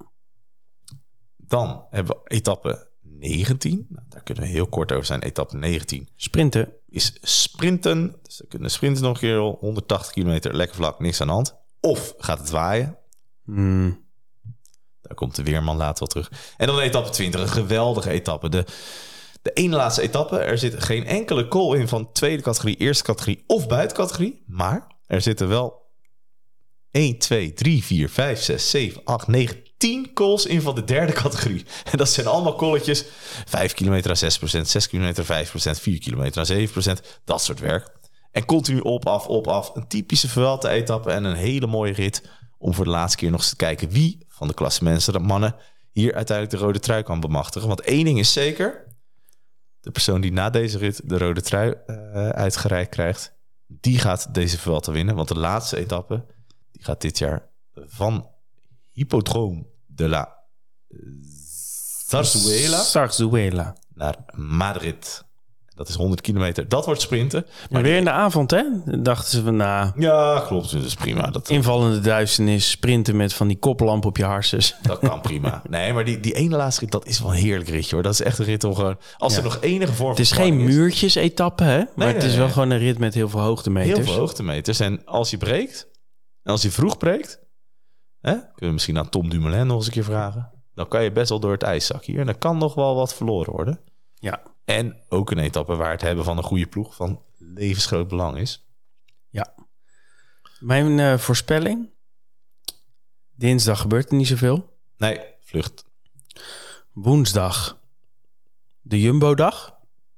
Dan hebben we etappe negentien. Nou, daar kunnen we heel kort over zijn. Etappe negentien. Sprinten. Is sprinten. Dus we kunnen sprinten nog een keer honderdtachtig kilometer. Lekker vlak, niks aan de hand. Of gaat het waaien. Hmm. Daar komt de weerman later wel terug. En dan etappe twintig. Een geweldige etappe. De, de ene laatste etappe. Er zit geen enkele call in van tweede categorie, eerste categorie of buitencategorie. Maar er zitten wel één, twee, drie, vier, vijf, zes, zeven, acht, negen, tien calls in van de derde categorie. En dat zijn allemaal colletjes. vijf kilometer aan zes procent, zes kilometer vijf procent, vier kilometer aan zeven procent. Dat soort werk. En continu op, af, op, af. Een typische Vuelta etappe en een hele mooie rit om voor de laatste keer nog eens te kijken wie van de klassemensen, de mannen, hier uiteindelijk de rode trui kan bemachtigen. Want één ding is zeker. De persoon die na deze rit de rode trui uh, uitgereikt krijgt, die gaat deze Vuelta winnen. Want de laatste etappe, die gaat dit jaar van Hippodrome de la Zarzuela, Zarzuela naar Madrid. Dat is honderd kilometer. Dat wordt sprinten. Maar weer in de avond, hè? Dachten ze van, nou... Ja, klopt. Dat is prima. Dat... Invallende duisternis, sprinten met van die koplamp op je harses. Dat kan prima. Nee, maar die, die ene laatste rit, dat is wel een heerlijk ritje, hoor. Dat is echt een rit om gewoon... Als ja. er nog enige vorm van... Het is geen muurtjes-etappe, hè? Maar nee, het is nee, wel nee. gewoon een rit met heel veel hoogtemeters. Heel veel hoogtemeters. En als je breekt, en als je vroeg breekt... Hè, kunnen we misschien aan Tom Dumoulin nog eens een keer vragen. Dan kan je best wel door het ijszak hier. En dan kan nog wel wat verloren worden. Ja. En ook een etappe waar het hebben van een goede ploeg van levensgroot belang is. Ja. Mijn uh, voorspelling. Dinsdag gebeurt er niet zoveel. Nee, vlucht. Woensdag. De Jumbo-dag.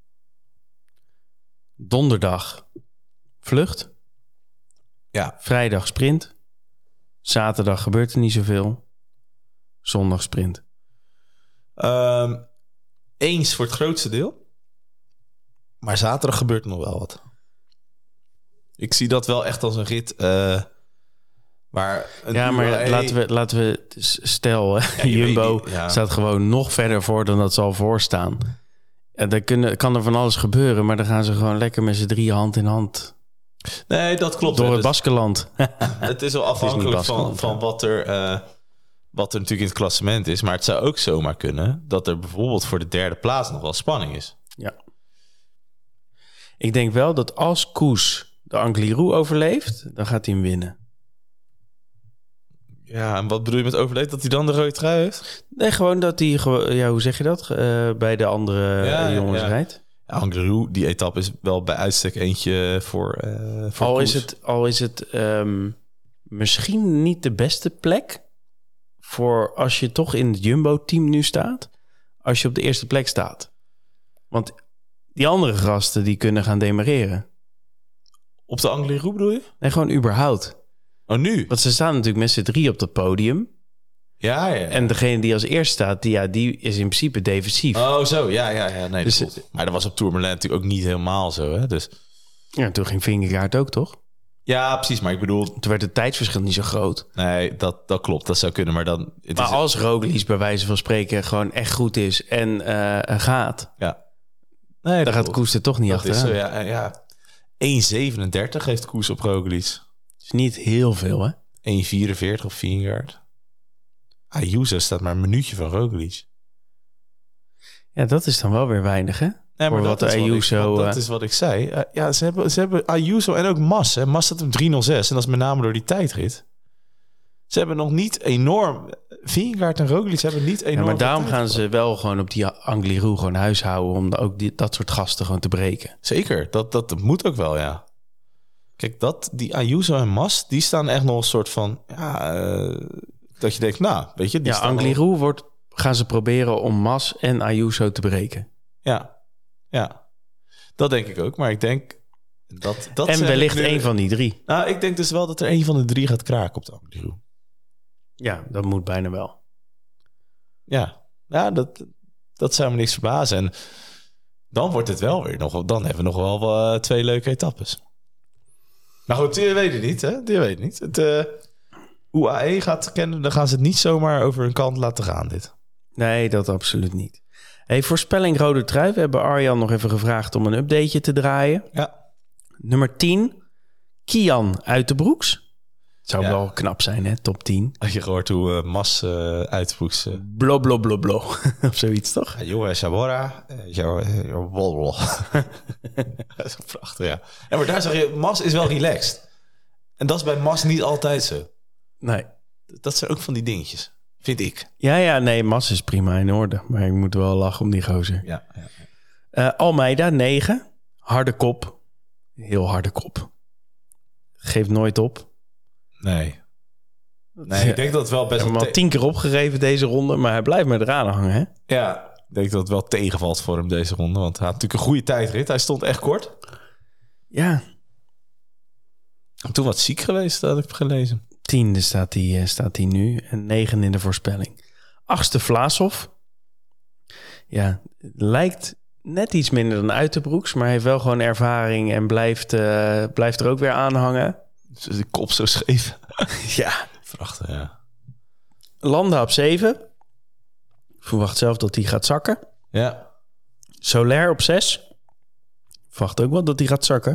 Donderdag. Vlucht. Ja. Vrijdag sprint. Zaterdag gebeurt er niet zoveel. Zondag sprint. Um, eens voor het grootste deel. Maar zaterdag gebeurt er nog wel wat. Ik zie dat wel echt als een rit... Uh, waar een ja, maar hey, laten we, laten we stel, ja, Jumbo niet, ja. staat gewoon nog verder voor dan dat ze al voorstaan. Ja, dan kunnen, kan er van alles gebeuren, maar dan gaan ze gewoon lekker met z'n drieën hand in hand... Nee, dat klopt. Door hè. het Baskeland. Het is wel afhankelijk is van, van wat er... Uh, wat er natuurlijk in het klassement is. Maar het zou ook zomaar kunnen dat er bijvoorbeeld voor de derde plaats nog wel spanning is. Ja. Ik denk wel dat als Koes de Angliru overleeft, dan gaat hij hem winnen. Ja, en wat bedoel je met overleeft? Dat hij dan de rode trui heeft? Nee, gewoon dat hij, ja, hoe zeg je dat? Uh, bij de andere ja, jongens ja. rijdt. Ja, Angliru, die etappe is wel bij uitstek eentje voor, uh, voor al Koes. Is het, al is het um, misschien niet de beste plek voor als je toch in het Jumbo-team nu staat, als je op de eerste plek staat. Want Die andere gasten die kunnen gaan demareren. Op de Angliru bedoel je? Nee, gewoon überhaupt. Oh, nu? Want ze staan natuurlijk met z'n drie op het podium. Ja, ja. En degene die als eerste staat, die, ja, die is in principe defensief. Oh, zo. Ja, ja, ja. Nee, Dus- dat klopt. Maar dat was op Tourmalet natuurlijk ook niet helemaal zo, hè? Dus... Ja, toen ging Vingegaard ook, toch? Ja, precies. Maar ik bedoel... Toen werd het tijdsverschil niet zo groot. Nee, dat, dat klopt. Dat zou kunnen, maar dan... Het Maar is... als Roglic bij wijze van spreken gewoon echt goed is en eh, gaat... Ja. Nee, dan gaat Koes er toch niet dat achteraan. is zo, ja. ja. één zevenendertig heeft Koes op Roglic. Dat is niet heel veel, hè? één vierenveertig op Vingegaard. Ayuso staat maar een minuutje van Roglic. Ja, dat is dan wel weer weinig, hè? Nee, Voor wat is Ayuso... ik, dat eh, is wat ik zei. Uh, ja, ze hebben, ze hebben Ayuso en ook Mas. Hè. Mas staat op drie nul zes en dat is met name door die tijdrit. Ze hebben nog niet enorm... Vingegaard en Roglic hebben niet enorm... ja, maar daarom tijd gaan ze wel gewoon op die Angliru gewoon huishouden... om ook die, dat soort gasten gewoon te breken. Zeker, dat, dat moet ook wel, ja. Kijk, dat, die Ayuso en Mas, die staan echt nog een soort van... Ja, uh, dat je denkt, nou, weet je... Die Ja, staan Angliru nog... wordt, gaan ze proberen om Mas en Ayuso te breken. Ja, ja. Dat denk ik ook, maar ik denk... Dat, dat En wellicht nu... één van die drie. Nou, ik denk dus wel dat er één van de drie gaat kraken op de Angliru. Ja, dat moet bijna wel. Ja, ja dat, dat zou me niks verbazen. En dan wordt het wel weer nog... Dan hebben we nog wel uh, twee leuke etappes. Nou goed, je weet het niet, hè? Je weet het niet. Het uh, U A E gaat kennen, dan gaan ze het niet zomaar over hun kant laten gaan, dit. Nee, dat absoluut niet. Hey, voorspelling rode trui. We hebben Arjan nog even gevraagd om een updateje te draaien. Ja. Nummer tien, Kian Uitenbroeks. Zou Ja. wel knap zijn, hè? Top tien. Had je gehoord hoe uh, Mas uh, uitvoeks... Uh, Blo, blo, blo, blo. Of zoiets, toch? Jonge Sabora. Wolwol. Dat is prachtig, ja. Ja, maar daar zeg je, Mas is wel relaxed. En dat is bij Mas niet altijd zo. Nee. Dat zijn ook van die dingetjes, vind ik. Ja, ja, nee, Mas is prima in orde. Maar ik moet wel lachen om die gozer. Ja, ja, ja. Uh, Almeida, negen. Harde kop. Heel harde kop. Geeft nooit op. Nee. Nee, ik denk dat het wel best Ik heb wel... hem al te- tien keer opgegeven deze ronde, maar hij blijft maar eraan hangen, hè? Ja, ik denk dat het wel tegenvalt voor hem deze ronde. Want hij had natuurlijk een goede tijdrit. Hij stond echt kort. Ja, En toen wat ziek geweest, dat heb ik gelezen. tiende staat hij, staat hij nu en negen in de voorspelling. Achtste Vlaashoff. Ja, lijkt net iets minder dan Uitenbroeks, maar hij heeft wel gewoon ervaring en blijft, uh, blijft er ook weer aan hangen. Dus de kop zo scheef. Ja. Prachtig, ja. Landa op zeven. Verwacht zelf dat hij gaat zakken. Ja. Soler op zes. Verwacht ook wel dat hij gaat zakken.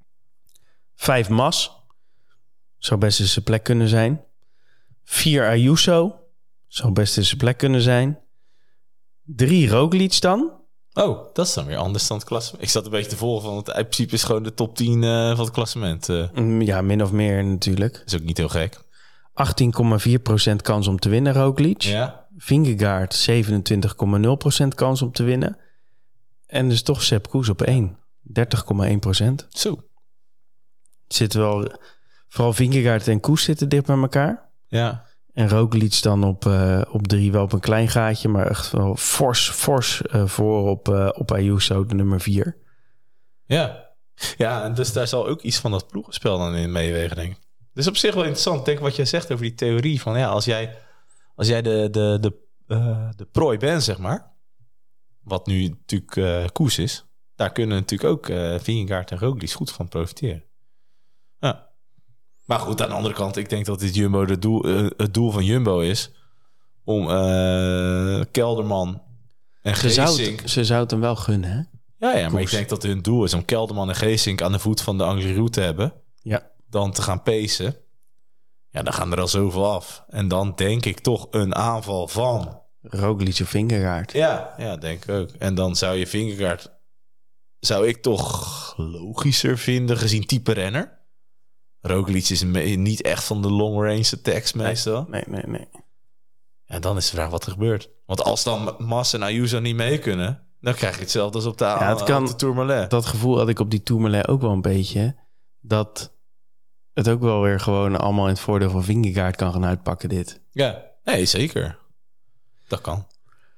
Vijf Mas. Zou best eens zijn plek kunnen zijn. Vier Ayuso. Zou best eens zijn plek kunnen zijn. Drie Roglic dan. Oh, dat is dan weer anders dan het klassement. Ik zat een beetje te volgen van het in principe is gewoon de top tien uh, van het klassement. Uh, Mm, Ja, min of meer natuurlijk. is ook niet heel gek. achttien komma vier procent kans om te winnen, Roglic. Ja. Vingegaard, zevenentwintig komma nul procent kans om te winnen. En dus toch Sepp Koes op één. dertig komma één procent. Zo. Zit wel... Vooral Vingegaard en Koes zitten dicht bij elkaar. Ja. En Roglic dan op, uh, op drie wel op een klein gaatje, maar echt wel fors, fors uh, voor op, uh, op Ayuso, de nummer vier. Ja. Ja, en dus daar zal ook iets van dat ploegenspel dan in meewegen, denk ik. Dus op zich wel interessant. Denk wat jij zegt over die theorie van ja, als jij, als jij de, de, de, uh, de prooi bent, zeg maar, wat nu natuurlijk uh, Koes is, daar kunnen natuurlijk ook uh, Vingegaard en Roglic goed van profiteren. Ja. Maar goed, aan de andere kant, ik denk dat dit Jumbo de doel, uh, het doel van Jumbo is om uh, Kelderman en Ze zou, Geesink... het, ze zou het hem wel gunnen, hè? Ja, ja, maar Koers. ik denk dat hun doel is om Kelderman en Geesink aan de voet van de Angliru te hebben. Ja. Dan te gaan pacen. Ja, dan gaan er al zoveel af. En dan denk ik toch een aanval van... Roglic of Vingegaard. Ja, ja, denk ik ook. En dan zou je Vingegaard... Zou ik toch logischer vinden gezien type renner. Roglic is me- niet echt van de long range attacks meestal. Nee, nee, nee. En dan is de vraag wat er gebeurt. Want als dan Mas en Ayuso niet mee kunnen... dan krijg je hetzelfde als op de, Ja, het kan- op de Tourmalet. Dat gevoel had ik op die Tourmalet ook wel een beetje. Dat het ook wel weer gewoon allemaal in het voordeel van Vingegaard kan gaan uitpakken, dit. Ja, nee, zeker. Dat kan.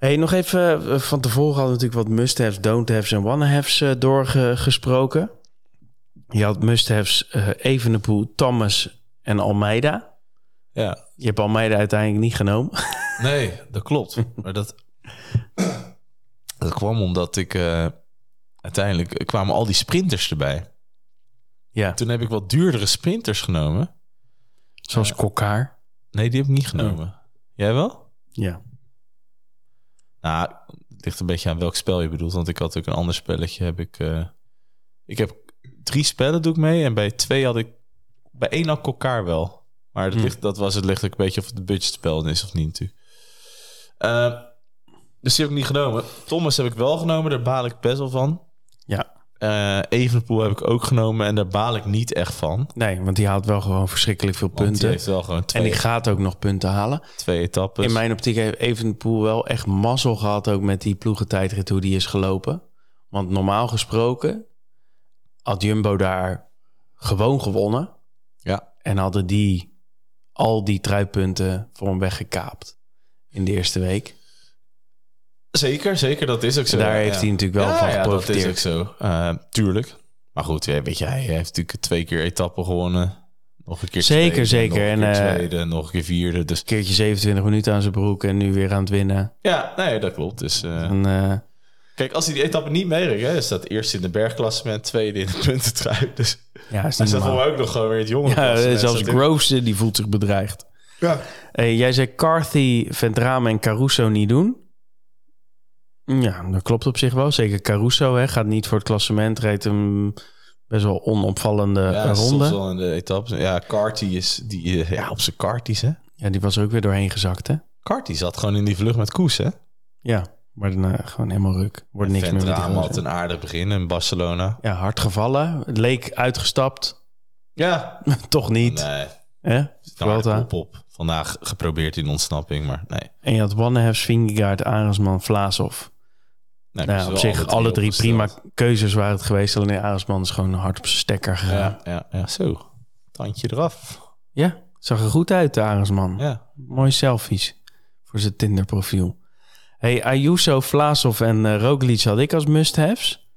Hey, nog even, uh, van tevoren hadden we natuurlijk wat must-haves, don't-haves en wanna-haves uh, doorgesproken. Je had must-haves uh, Evenepoel, Thomas en Almeida. Ja. Je hebt Almeida uiteindelijk niet genomen. Nee, dat klopt. Maar dat, dat kwam omdat ik... Uh, uiteindelijk kwamen al die sprinters erbij. Ja. Toen heb ik wat duurdere sprinters genomen. Zoals uh, Kokkaar. Nee, die heb ik niet genomen. Oh. Jij wel? Ja. Nou, het ligt een beetje aan welk spel je bedoelt. Want ik had ook een ander spelletje. Heb ik, uh, ik heb drie spellen doe ik mee. En bij twee had ik... Bij één had Kokkaar wel. Maar dat, ligt, dat was het ligt ook een beetje of het een budgetspel is of niet natuurlijk. Uh, dus die heb ik niet genomen. Thomas heb ik wel genomen. Daar baal ik best wel van. Ja. Uh, Evenepoel heb ik ook genomen. En daar baal ik niet echt van. Nee, want die haalt wel gewoon verschrikkelijk veel punten. Want die heeft wel gewoon twee, en die gaat ook nog punten halen. Twee etappes. In mijn optiek heeft Evenepoel wel echt mazzel gehad... ook met die ploegentijdrit hoe die is gelopen. Want normaal gesproken... had Jumbo daar gewoon gewonnen. Ja. En hadden die al die truipunten voor hem weggekaapt in de eerste week. Zeker, zeker. Dat is ook zo. En daar ja, heeft ja. hij natuurlijk wel ja, van ja, geprofiteerd. dat is ook zo. Uh, tuurlijk. Maar goed, ja, weet je, hij heeft natuurlijk twee keer etappen gewonnen. Nog een keer zeker, tweede, zeker. Nog een keer en, tweede, uh, nog een keer vierde. Dus... Een keertje zevenentwintig minuten aan zijn broek en nu weer aan het winnen. Ja, nee, dat klopt. Dus, uh... en, uh... Kijk, als hij die etappe niet meereed, hij staat eerst in de bergklassement, tweede in de puntentrui. Dus ja, is hij staat voor mij ook nog gewoon weer het jonge ja, zelfs Groves, die voelt zich bedreigd. Ja. Hey, jij zei Carthy, Ventrame en Caruso niet doen. Ja, dat klopt op zich wel. Zeker Caruso hè, gaat niet voor het klassement. Rijdt hem best wel onopvallende ja, ronde. Ja, wel in de etappes. Ja, Carty is die, ja, op zijn karties, hè? Ja, die was er ook weer doorheen gezakt, hè? Carty zat gewoon in die vlucht met Koes, hè? Ja, maar daarna gewoon helemaal ruk. Wordt niks meer met die had een aardig begin in Barcelona. Ja, hard gevallen. Leek uitgestapt. Ja. Toch niet. Nee. Hè? Nou, op, op. Vandaag geprobeerd in ontsnapping, maar nee. En je had Wanne-Hefs, Vingegaard, Arendsman, Vlaashoff. Nee, nou, op zich, alle drie, alle drie prima keuzes waren het geweest. Alleen Arendsman is gewoon hard op zijn stekker gegaan. Ja, ja, ja, zo. Tandje eraf. Ja, zag er goed uit, de Arendsman. Ja. Mooie selfies voor zijn Tinder profiel. Hey, Ayuso, Vlaashoff en uh, Roglic had ik als must-haves.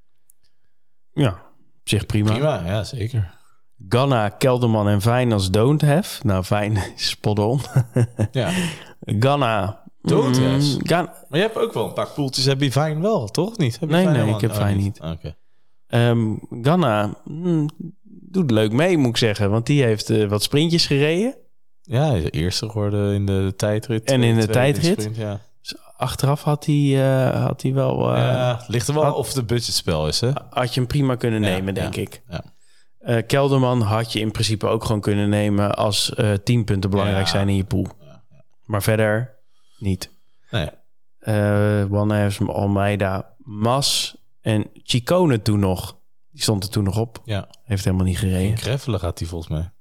Ja, op zich prima. Prima, ja, zeker. Ganna, Kelderman en Vijn als don't have. Nou, Vijn is spot on. Ja. Ganna... Don't mm, have. Gan- maar je hebt ook wel een paar poeltjes. Heb je Vijn wel, toch? Niet? Heb je nee, Vijn nee, helemaal? ik heb oh, Vijn niet. niet. Oké. Okay. Um, Ganna mm, doet leuk mee, moet ik zeggen. Want die heeft uh, wat sprintjes gereden. Ja, de eerste geworden in de tijdrit. En in de tijdrit. Sprint, ja. Dus achteraf had hij, uh, had hij wel... Uh, ja, ligt er wel had, of het een budgetspel is, hè? Had je hem prima kunnen ja, nemen, ja, denk ik. Ja. Uh, Kelderman had je in principe ook gewoon kunnen nemen... als uh, tien punten belangrijk ja. zijn in je pool. Ja, ja. Maar verder niet. Nee. Uh, Wanne-Hefs, Almeida, Mas en Ciccone toen nog. Die stond er toen nog op. Ja. Heeft helemaal niet gereden. In Greffelen gaat hij volgens mij.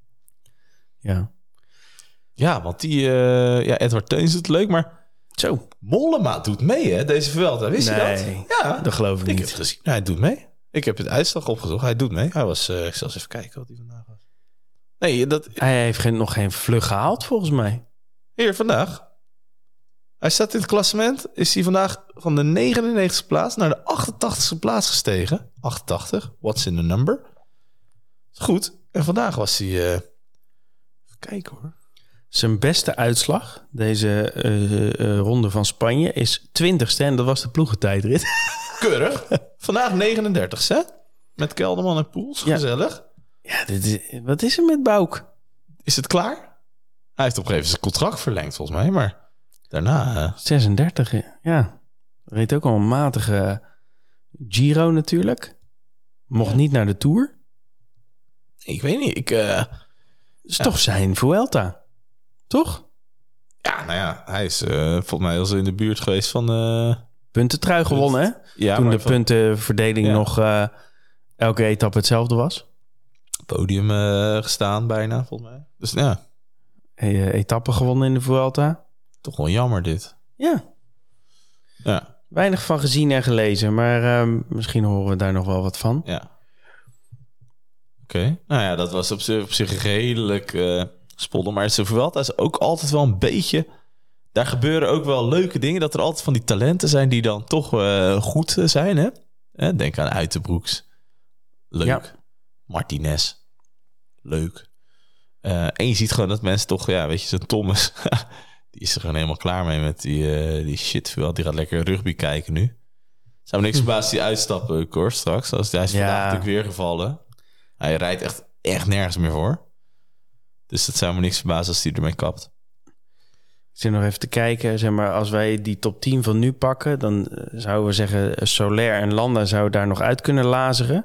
Ja. Ja, want die... Uh, ja, Edward Teuns doet het leuk, maar... Zo. Mollema doet mee, hè? Deze Vuelta. Wist nee, je dat? Ja. Dat geloof ik, ik niet. Heb gezien. Nou, hij doet mee. Ik heb het uitslag opgezocht. Hij doet mee. Hij was... Uh, ik zal eens even kijken wat hij vandaag was. Nee, dat... Hij heeft geen, nog geen vlug gehaald, volgens mij. Hier, vandaag. Hij staat in het klassement. Is hij vandaag van de negenennegentigste plaats naar de achtentachtigste plaats gestegen. achtentachtig. What's in the number? Is goed. En vandaag was hij... Uh... Even kijken hoor. Zijn beste uitslag, deze uh, uh, ronde van Spanje, is twintigste. En dat was de ploegentijdrit. Keurig. Vandaag negenendertigste, hè? Met Kelderman en Poels. Ja. Gezellig. Ja, dit is, wat is er met Bouk? Is het klaar? Hij heeft op een gegeven moment zijn contract verlengd, volgens mij. Maar daarna... Uh... zesendertig, ja. Reed ook al een matige Giro natuurlijk. Mocht ja. niet naar de Tour. Ik weet niet, ik... Uh... is ja. toch zijn Vuelta? Toch? Ja, nou ja, hij is uh, volgens mij al in de buurt geweest van... Uh... puntentrui gewonnen, hè? Ja, toen de van... puntenverdeling ja. nog uh, elke etappe hetzelfde was. Podium uh, gestaan bijna, volgens mij. Dus ja. E- etappe gewonnen in de Vuelta. Toch wel jammer dit. Ja. Ja. Weinig van gezien en gelezen, maar uh, misschien horen we daar nog wel wat van. Ja. Oké. Okay. Nou ja, dat was op zich, op zich redelijk uh, spolder. Maar de Vuelta is ook altijd wel een beetje... daar gebeuren ook wel leuke dingen. Dat er altijd van die talenten zijn die dan toch uh, goed zijn. Hè? Hè? Denk aan Uiterbroeks. Leuk. Ja. Martinez. Leuk. Uh, en je ziet gewoon dat mensen toch... Ja, weet je, zo'n Thomas... die is er gewoon helemaal klaar mee met die, uh, die shit. Die gaat lekker rugby kijken nu. Zou me niks verbazen die uitstappen, hoor, straks. Als hij is vandaag ja. natuurlijk weer gevallen. Hij rijdt echt, echt nergens meer voor. Dus dat zou me niks verbazen als hij ermee kapt. Ik zit nog even te kijken. Zeg maar, als wij die top tien van nu pakken... dan zouden we zeggen... Soler en Landa zouden daar nog uit kunnen lazeren.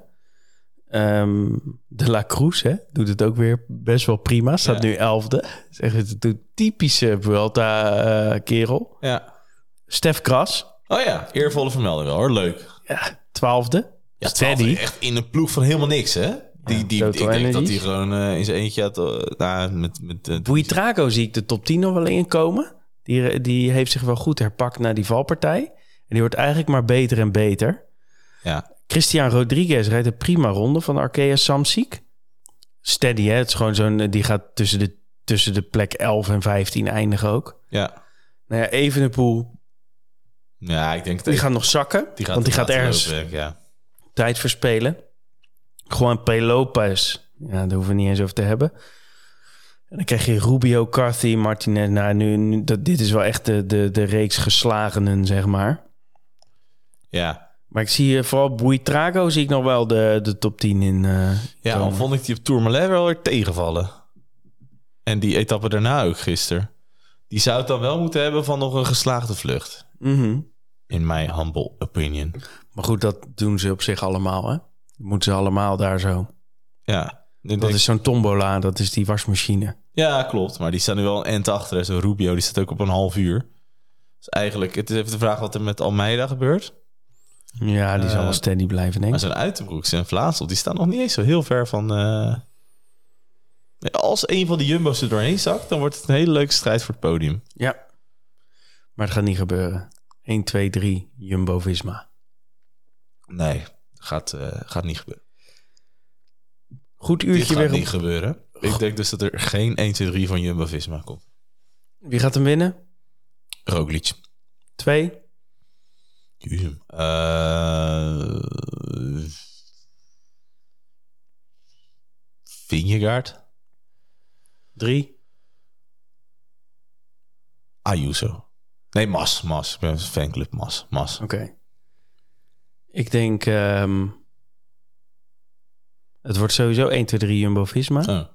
Um, de La Cruz hè, doet het ook weer best wel prima. Staat ja. nu elfde. Zeg het doet typische Vuelta-kerel. Uh, ja. Stef Kras. Oh ja, eervolle vermelding wel hoor. Leuk. Ja, twaalfde. Ja, Steady. Echt in een ploeg van helemaal niks, hè? Die, ja, die, ik denk energy. Dat hij gewoon uh, in zijn eentje had... Uh, nou, met, met, uh, Buitrago zie ik de top tien nog wel inkomen. Die, die heeft zich wel goed herpakt na die valpartij. En die wordt eigenlijk maar beter en beter. Ja. Christian Rodriguez rijdt een prima ronde van Arkea Samsic. Steady, hè? Het is gewoon zo'n... Die gaat tussen de, tussen de plek elf en vijftien eindigen ook. Ja. Nou ja, Evenepoel... Ja, ik denk... Dat die gaat nog zakken. Die gaat want die gaat ergens lopen, ja. tijd verspelen. Gewoon P. Lopez. Ja, daar hoeven we niet eens over te hebben. En dan krijg je Rubio, Carthy, Martinez. Nou, nu, nu dat, dit is wel echt de, de, de reeks geslagenen, zeg maar. Ja. Maar ik zie vooral Buitrago zie ik nog wel de, de top tien in. Uh, ja, dan vond ik die op Tourmalet wel weer tegenvallen. En die etappe daarna ook gisteren. Die zou het dan wel moeten hebben van nog een geslaagde vlucht. Mm-hmm. In my humble opinion. Maar goed, dat doen ze op zich allemaal, hè? Moeten ze allemaal daar zo. Ja. Dat denk... is zo'n tombola, dat is die wasmachine. Ja, klopt. Maar die staan nu wel een end achter. Hè. Zo Rubio, die staat ook op een half uur. Dus eigenlijk, het is even de vraag wat er met Almeida gebeurt. Ja, die uh, zal wel steady blijven, denk ik. Maar zo'n Uiterbroeks en Vlaasel, die staan nog niet eens zo heel ver van... Uh... Als een van de Jumbo's er doorheen zakt, dan wordt het een hele leuke strijd voor het podium. Ja, maar het gaat niet gebeuren. één, twee, drie, Jumbo-Visma. Nee, gaat, uh, gaat niet gebeuren. Goed uurtje Dit weer. gaat niet gebeuren. Ik denk dus dat er geen één, twee, drie van Jumbo-Visma komt. Wie gaat hem winnen? Roglic. Twee. Uh, Vingegaard. Drie. Ayuso. Nee, Mas. Mas. Ik ben een fanclub Mas. Mas. Oké. Okay. Ik denk... Um, het wordt sowieso één, twee, drie Jumbo-Visma. Oh.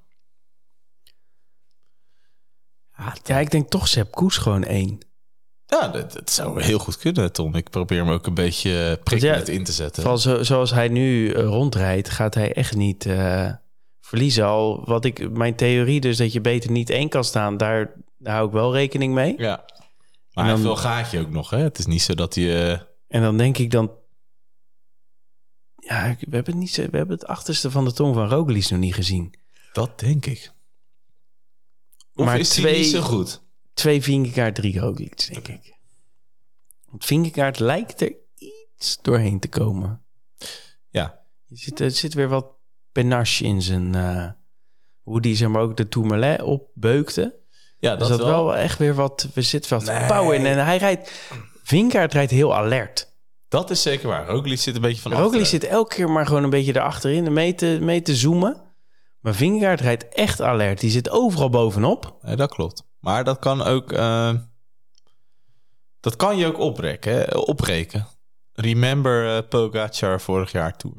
Ja, ja, ik denk toch Sepp Koes gewoon één. Ja, dat, dat zou heel goed kunnen, Tom. Ik probeer hem ook een beetje prikkelend ja, in te zetten. Vooral zo, zoals hij nu uh, rondrijdt, gaat hij echt niet uh, verliezen. Al wat ik, mijn theorie dus dat je beter niet één kan staan, daar, daar hou ik wel rekening mee. Ja, maar dan, hij heeft wel gaatje ook nog, hè? Het is niet zo dat hij... Uh... En dan denk ik dan... Ja, we hebben, het niet, we hebben het achterste van de tong van Roglic nog niet gezien. Dat denk ik. Of maar is twee, hij niet zo goed? Twee Vingegaard, drie Roglic, denk okay. ik. Want Vingegaard lijkt er iets doorheen te komen. Ja. Er zit, er zit weer wat panache in zijn... Uh, hoe die zeg maar ook de Tourmalet opbeukte. Ja, dat dus dat wel. wel echt weer wat... We zitten wat nee. power in. En hij rijdt... Vingegaard rijdt heel alert. Dat is zeker waar. Roglic zit een beetje van Roglic zit elke keer maar gewoon een beetje erachterin mee te, mee te zoomen. Maar Vingegaard rijdt echt alert. Die zit overal bovenop. Ja, dat klopt. Maar dat kan ook... Uh, dat kan je ook oprekken, hè? Opreken. Remember uh, Pogacar vorig jaar Tour.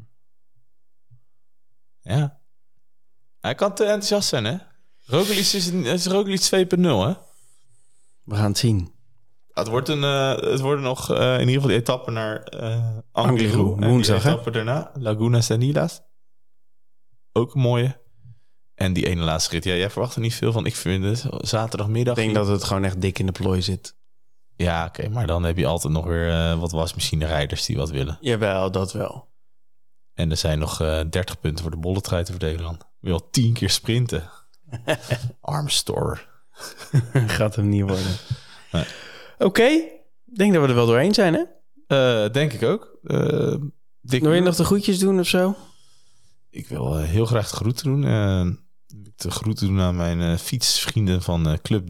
Ja. Hij kan te enthousiast zijn, hè? Roglic is, een, is Roglic twee punt nul, hè? We gaan het zien. Het, wordt een, uh, het worden nog uh, in ieder geval de etappe naar uh, Angliru. Woensdag, hè? etappe daarna, Laguna Sanilas. Ook een mooie. En die ene laatste rit. Ja, jij verwacht er niet veel van. Ik vind het zaterdagmiddag... Ik denk dat het gewoon echt dik in de plooi zit. Ja, oké. Okay, maar dan heb je altijd nog weer uh, wat wasmachine-rijders die wat willen. Jawel, dat wel. En er zijn nog uh, dertig punten voor de bolletrui te verdelen dan. Wil al tien keer sprinten. Armstore. Gaat hem niet worden. Nee. Oké. Okay. Ik denk dat we er wel doorheen zijn, hè? Uh, denk ik ook. Uh, Wil je nog de groetjes doen of zo? Ik wil uh, heel graag de groeten doen. Uh, de groeten doen aan mijn uh, fietsvrienden van uh, Club D.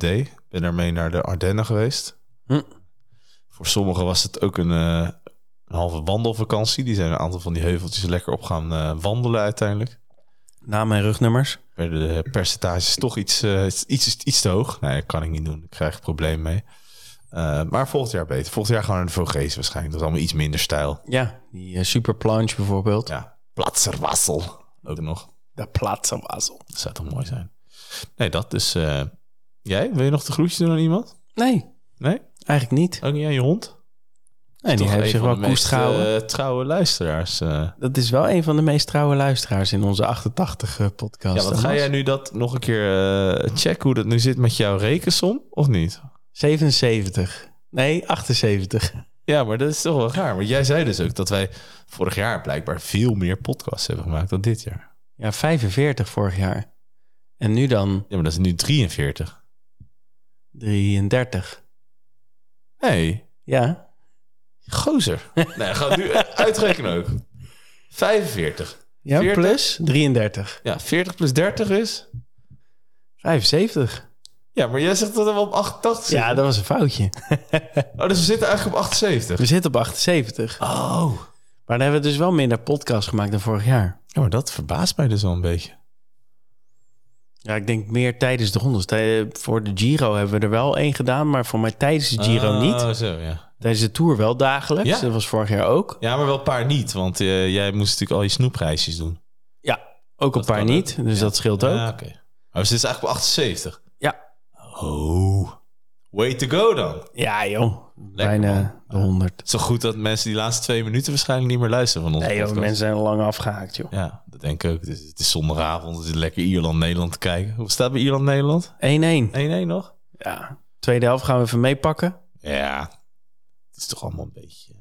ben daarmee naar de Ardennen geweest. Hm. Voor sommigen was het ook een, uh, een halve wandelvakantie. Die zijn een aantal van die heuveltjes lekker op gaan uh, wandelen uiteindelijk. Naam en rugnummers. Werden de percentages toch iets, uh, iets, iets te hoog. Nee, dat kan ik niet doen. Ik krijg er probleem mee. Uh, maar volgend jaar beter. Volgend jaar gaan we naar de Vogezen waarschijnlijk. Dat is allemaal iets minder stijl. Ja, die uh, Super Planche bijvoorbeeld. Ja, Platzerwassel ook nog. De Platzerwassel. Dat zou toch mooi zijn. Nee, dat dus... Uh, jij? Wil je nog de groetjes doen aan iemand? Nee. Nee? Eigenlijk niet. Ook niet aan je hond? Nee, die heeft zich wel koest gehouden. Uh, trouwe luisteraars. Uh. Dat is wel een van de meest trouwe luisteraars in onze achtentachtig podcast. Ja, wat ga jij nu dat nog een keer uh, checken hoe dat nu zit met jouw rekensom, of niet? zevenenzeventig. Nee, achtenzeventig. Ja, maar dat is toch wel raar. Want jij zei dus ook dat wij vorig jaar blijkbaar veel meer podcasts hebben gemaakt dan dit jaar. Ja, vijfenveertig vorig jaar. En nu dan? Ja, maar dat is nu drieënveertig. drieëndertig. Nee. Ja. Gozer. Nee, ga nu uitrekenen ook. vijfenveertig. Ja, veertig. Plus drieëndertig. Ja, veertig plus dertig is? vijfenzeventig. Ja, maar jij zegt dat we op achtentachtig zitten. Ja, dat was een foutje. Oh, dus we zitten eigenlijk op achtenzeventig. We zitten op achtenzeventig. Oh. Maar dan hebben we dus wel minder podcasts gemaakt dan vorig jaar. Ja, maar dat verbaast mij dus wel een beetje. Ja, ik denk meer tijdens de rondes. Tij- voor de Giro hebben we er wel één gedaan, maar voor mij tijdens de Giro oh, niet. Oh, zo, ja. Tijdens de Tour wel dagelijks. Ja? Dat was vorig jaar ook. Ja, maar wel een paar niet. Want uh, jij moest natuurlijk al je snoepreisjes doen. Ja, ook een Dat paar kan niet. ook. Dus Ja. dat scheelt ook. Ah, oké. Okay. Maar we zitten eigenlijk op achtenzeventig. Ja. Oh. Way to go dan. Ja, joh. Lekker, Bijna man. de honderd. Het is zo goed dat mensen die laatste twee minuten waarschijnlijk niet meer luisteren van onze Nee, joh, podcast. mensen zijn al lang afgehaakt, joh. Ja, dat denk ik ook. Het is, het is zondagavond. We zitten lekker Ierland-Nederland te kijken. Hoe staat bij Ierland-Nederland? één-één. één-één nog? Ja. Tweede helft gaan we even meepakken. Ja. Het is toch allemaal een beetje...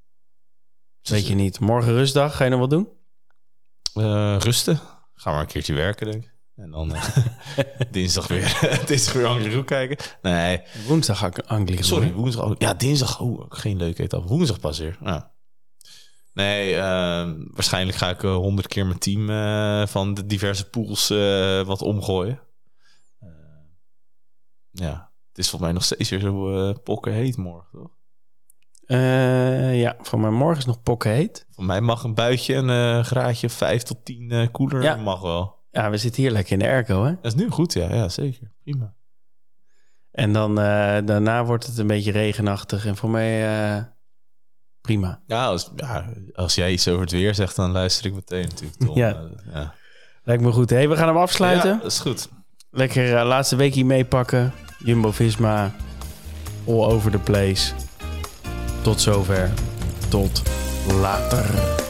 Weet je niet. Morgen rustdag. Ga je nog wat doen? Uh, rusten. Gaan we een keertje werken, denk ik. En dan uh, dinsdag weer dinsdag weer Angliru kijken. Nee. Woensdag Angliru. Sorry, woensdag. Oh, ja, dinsdag. Oh, geen leuke etappe. Woensdag pas weer. Ja. Nee, uh, waarschijnlijk ga ik honderd uh, keer mijn team uh, van de diverse pools uh, wat omgooien. Uh, ja, het is volgens mij nog steeds weer zo uh, pokken heet morgen, toch? Uh, ja, voor mij morgen is nog pokken heet. Voor mij mag een buitje en een uh, graadje vijf tot tien uh, koeler. Ja. Mag wel. Ja, we zitten hier lekker in de airco, hè? Dat is nu goed, ja. Ja, zeker. Prima. En dan uh, daarna wordt het een beetje regenachtig. En voor mij uh, prima. Ja als, ja, als jij iets over het weer zegt, dan luister ik meteen natuurlijk. Tom. Ja. Uh, ja. Lijkt me goed. Hey, we gaan hem afsluiten. Ja, dat is goed. Lekker uh, laatste weekje meepakken. Jumbo-Visma. All over the place. Tot zover. Tot later.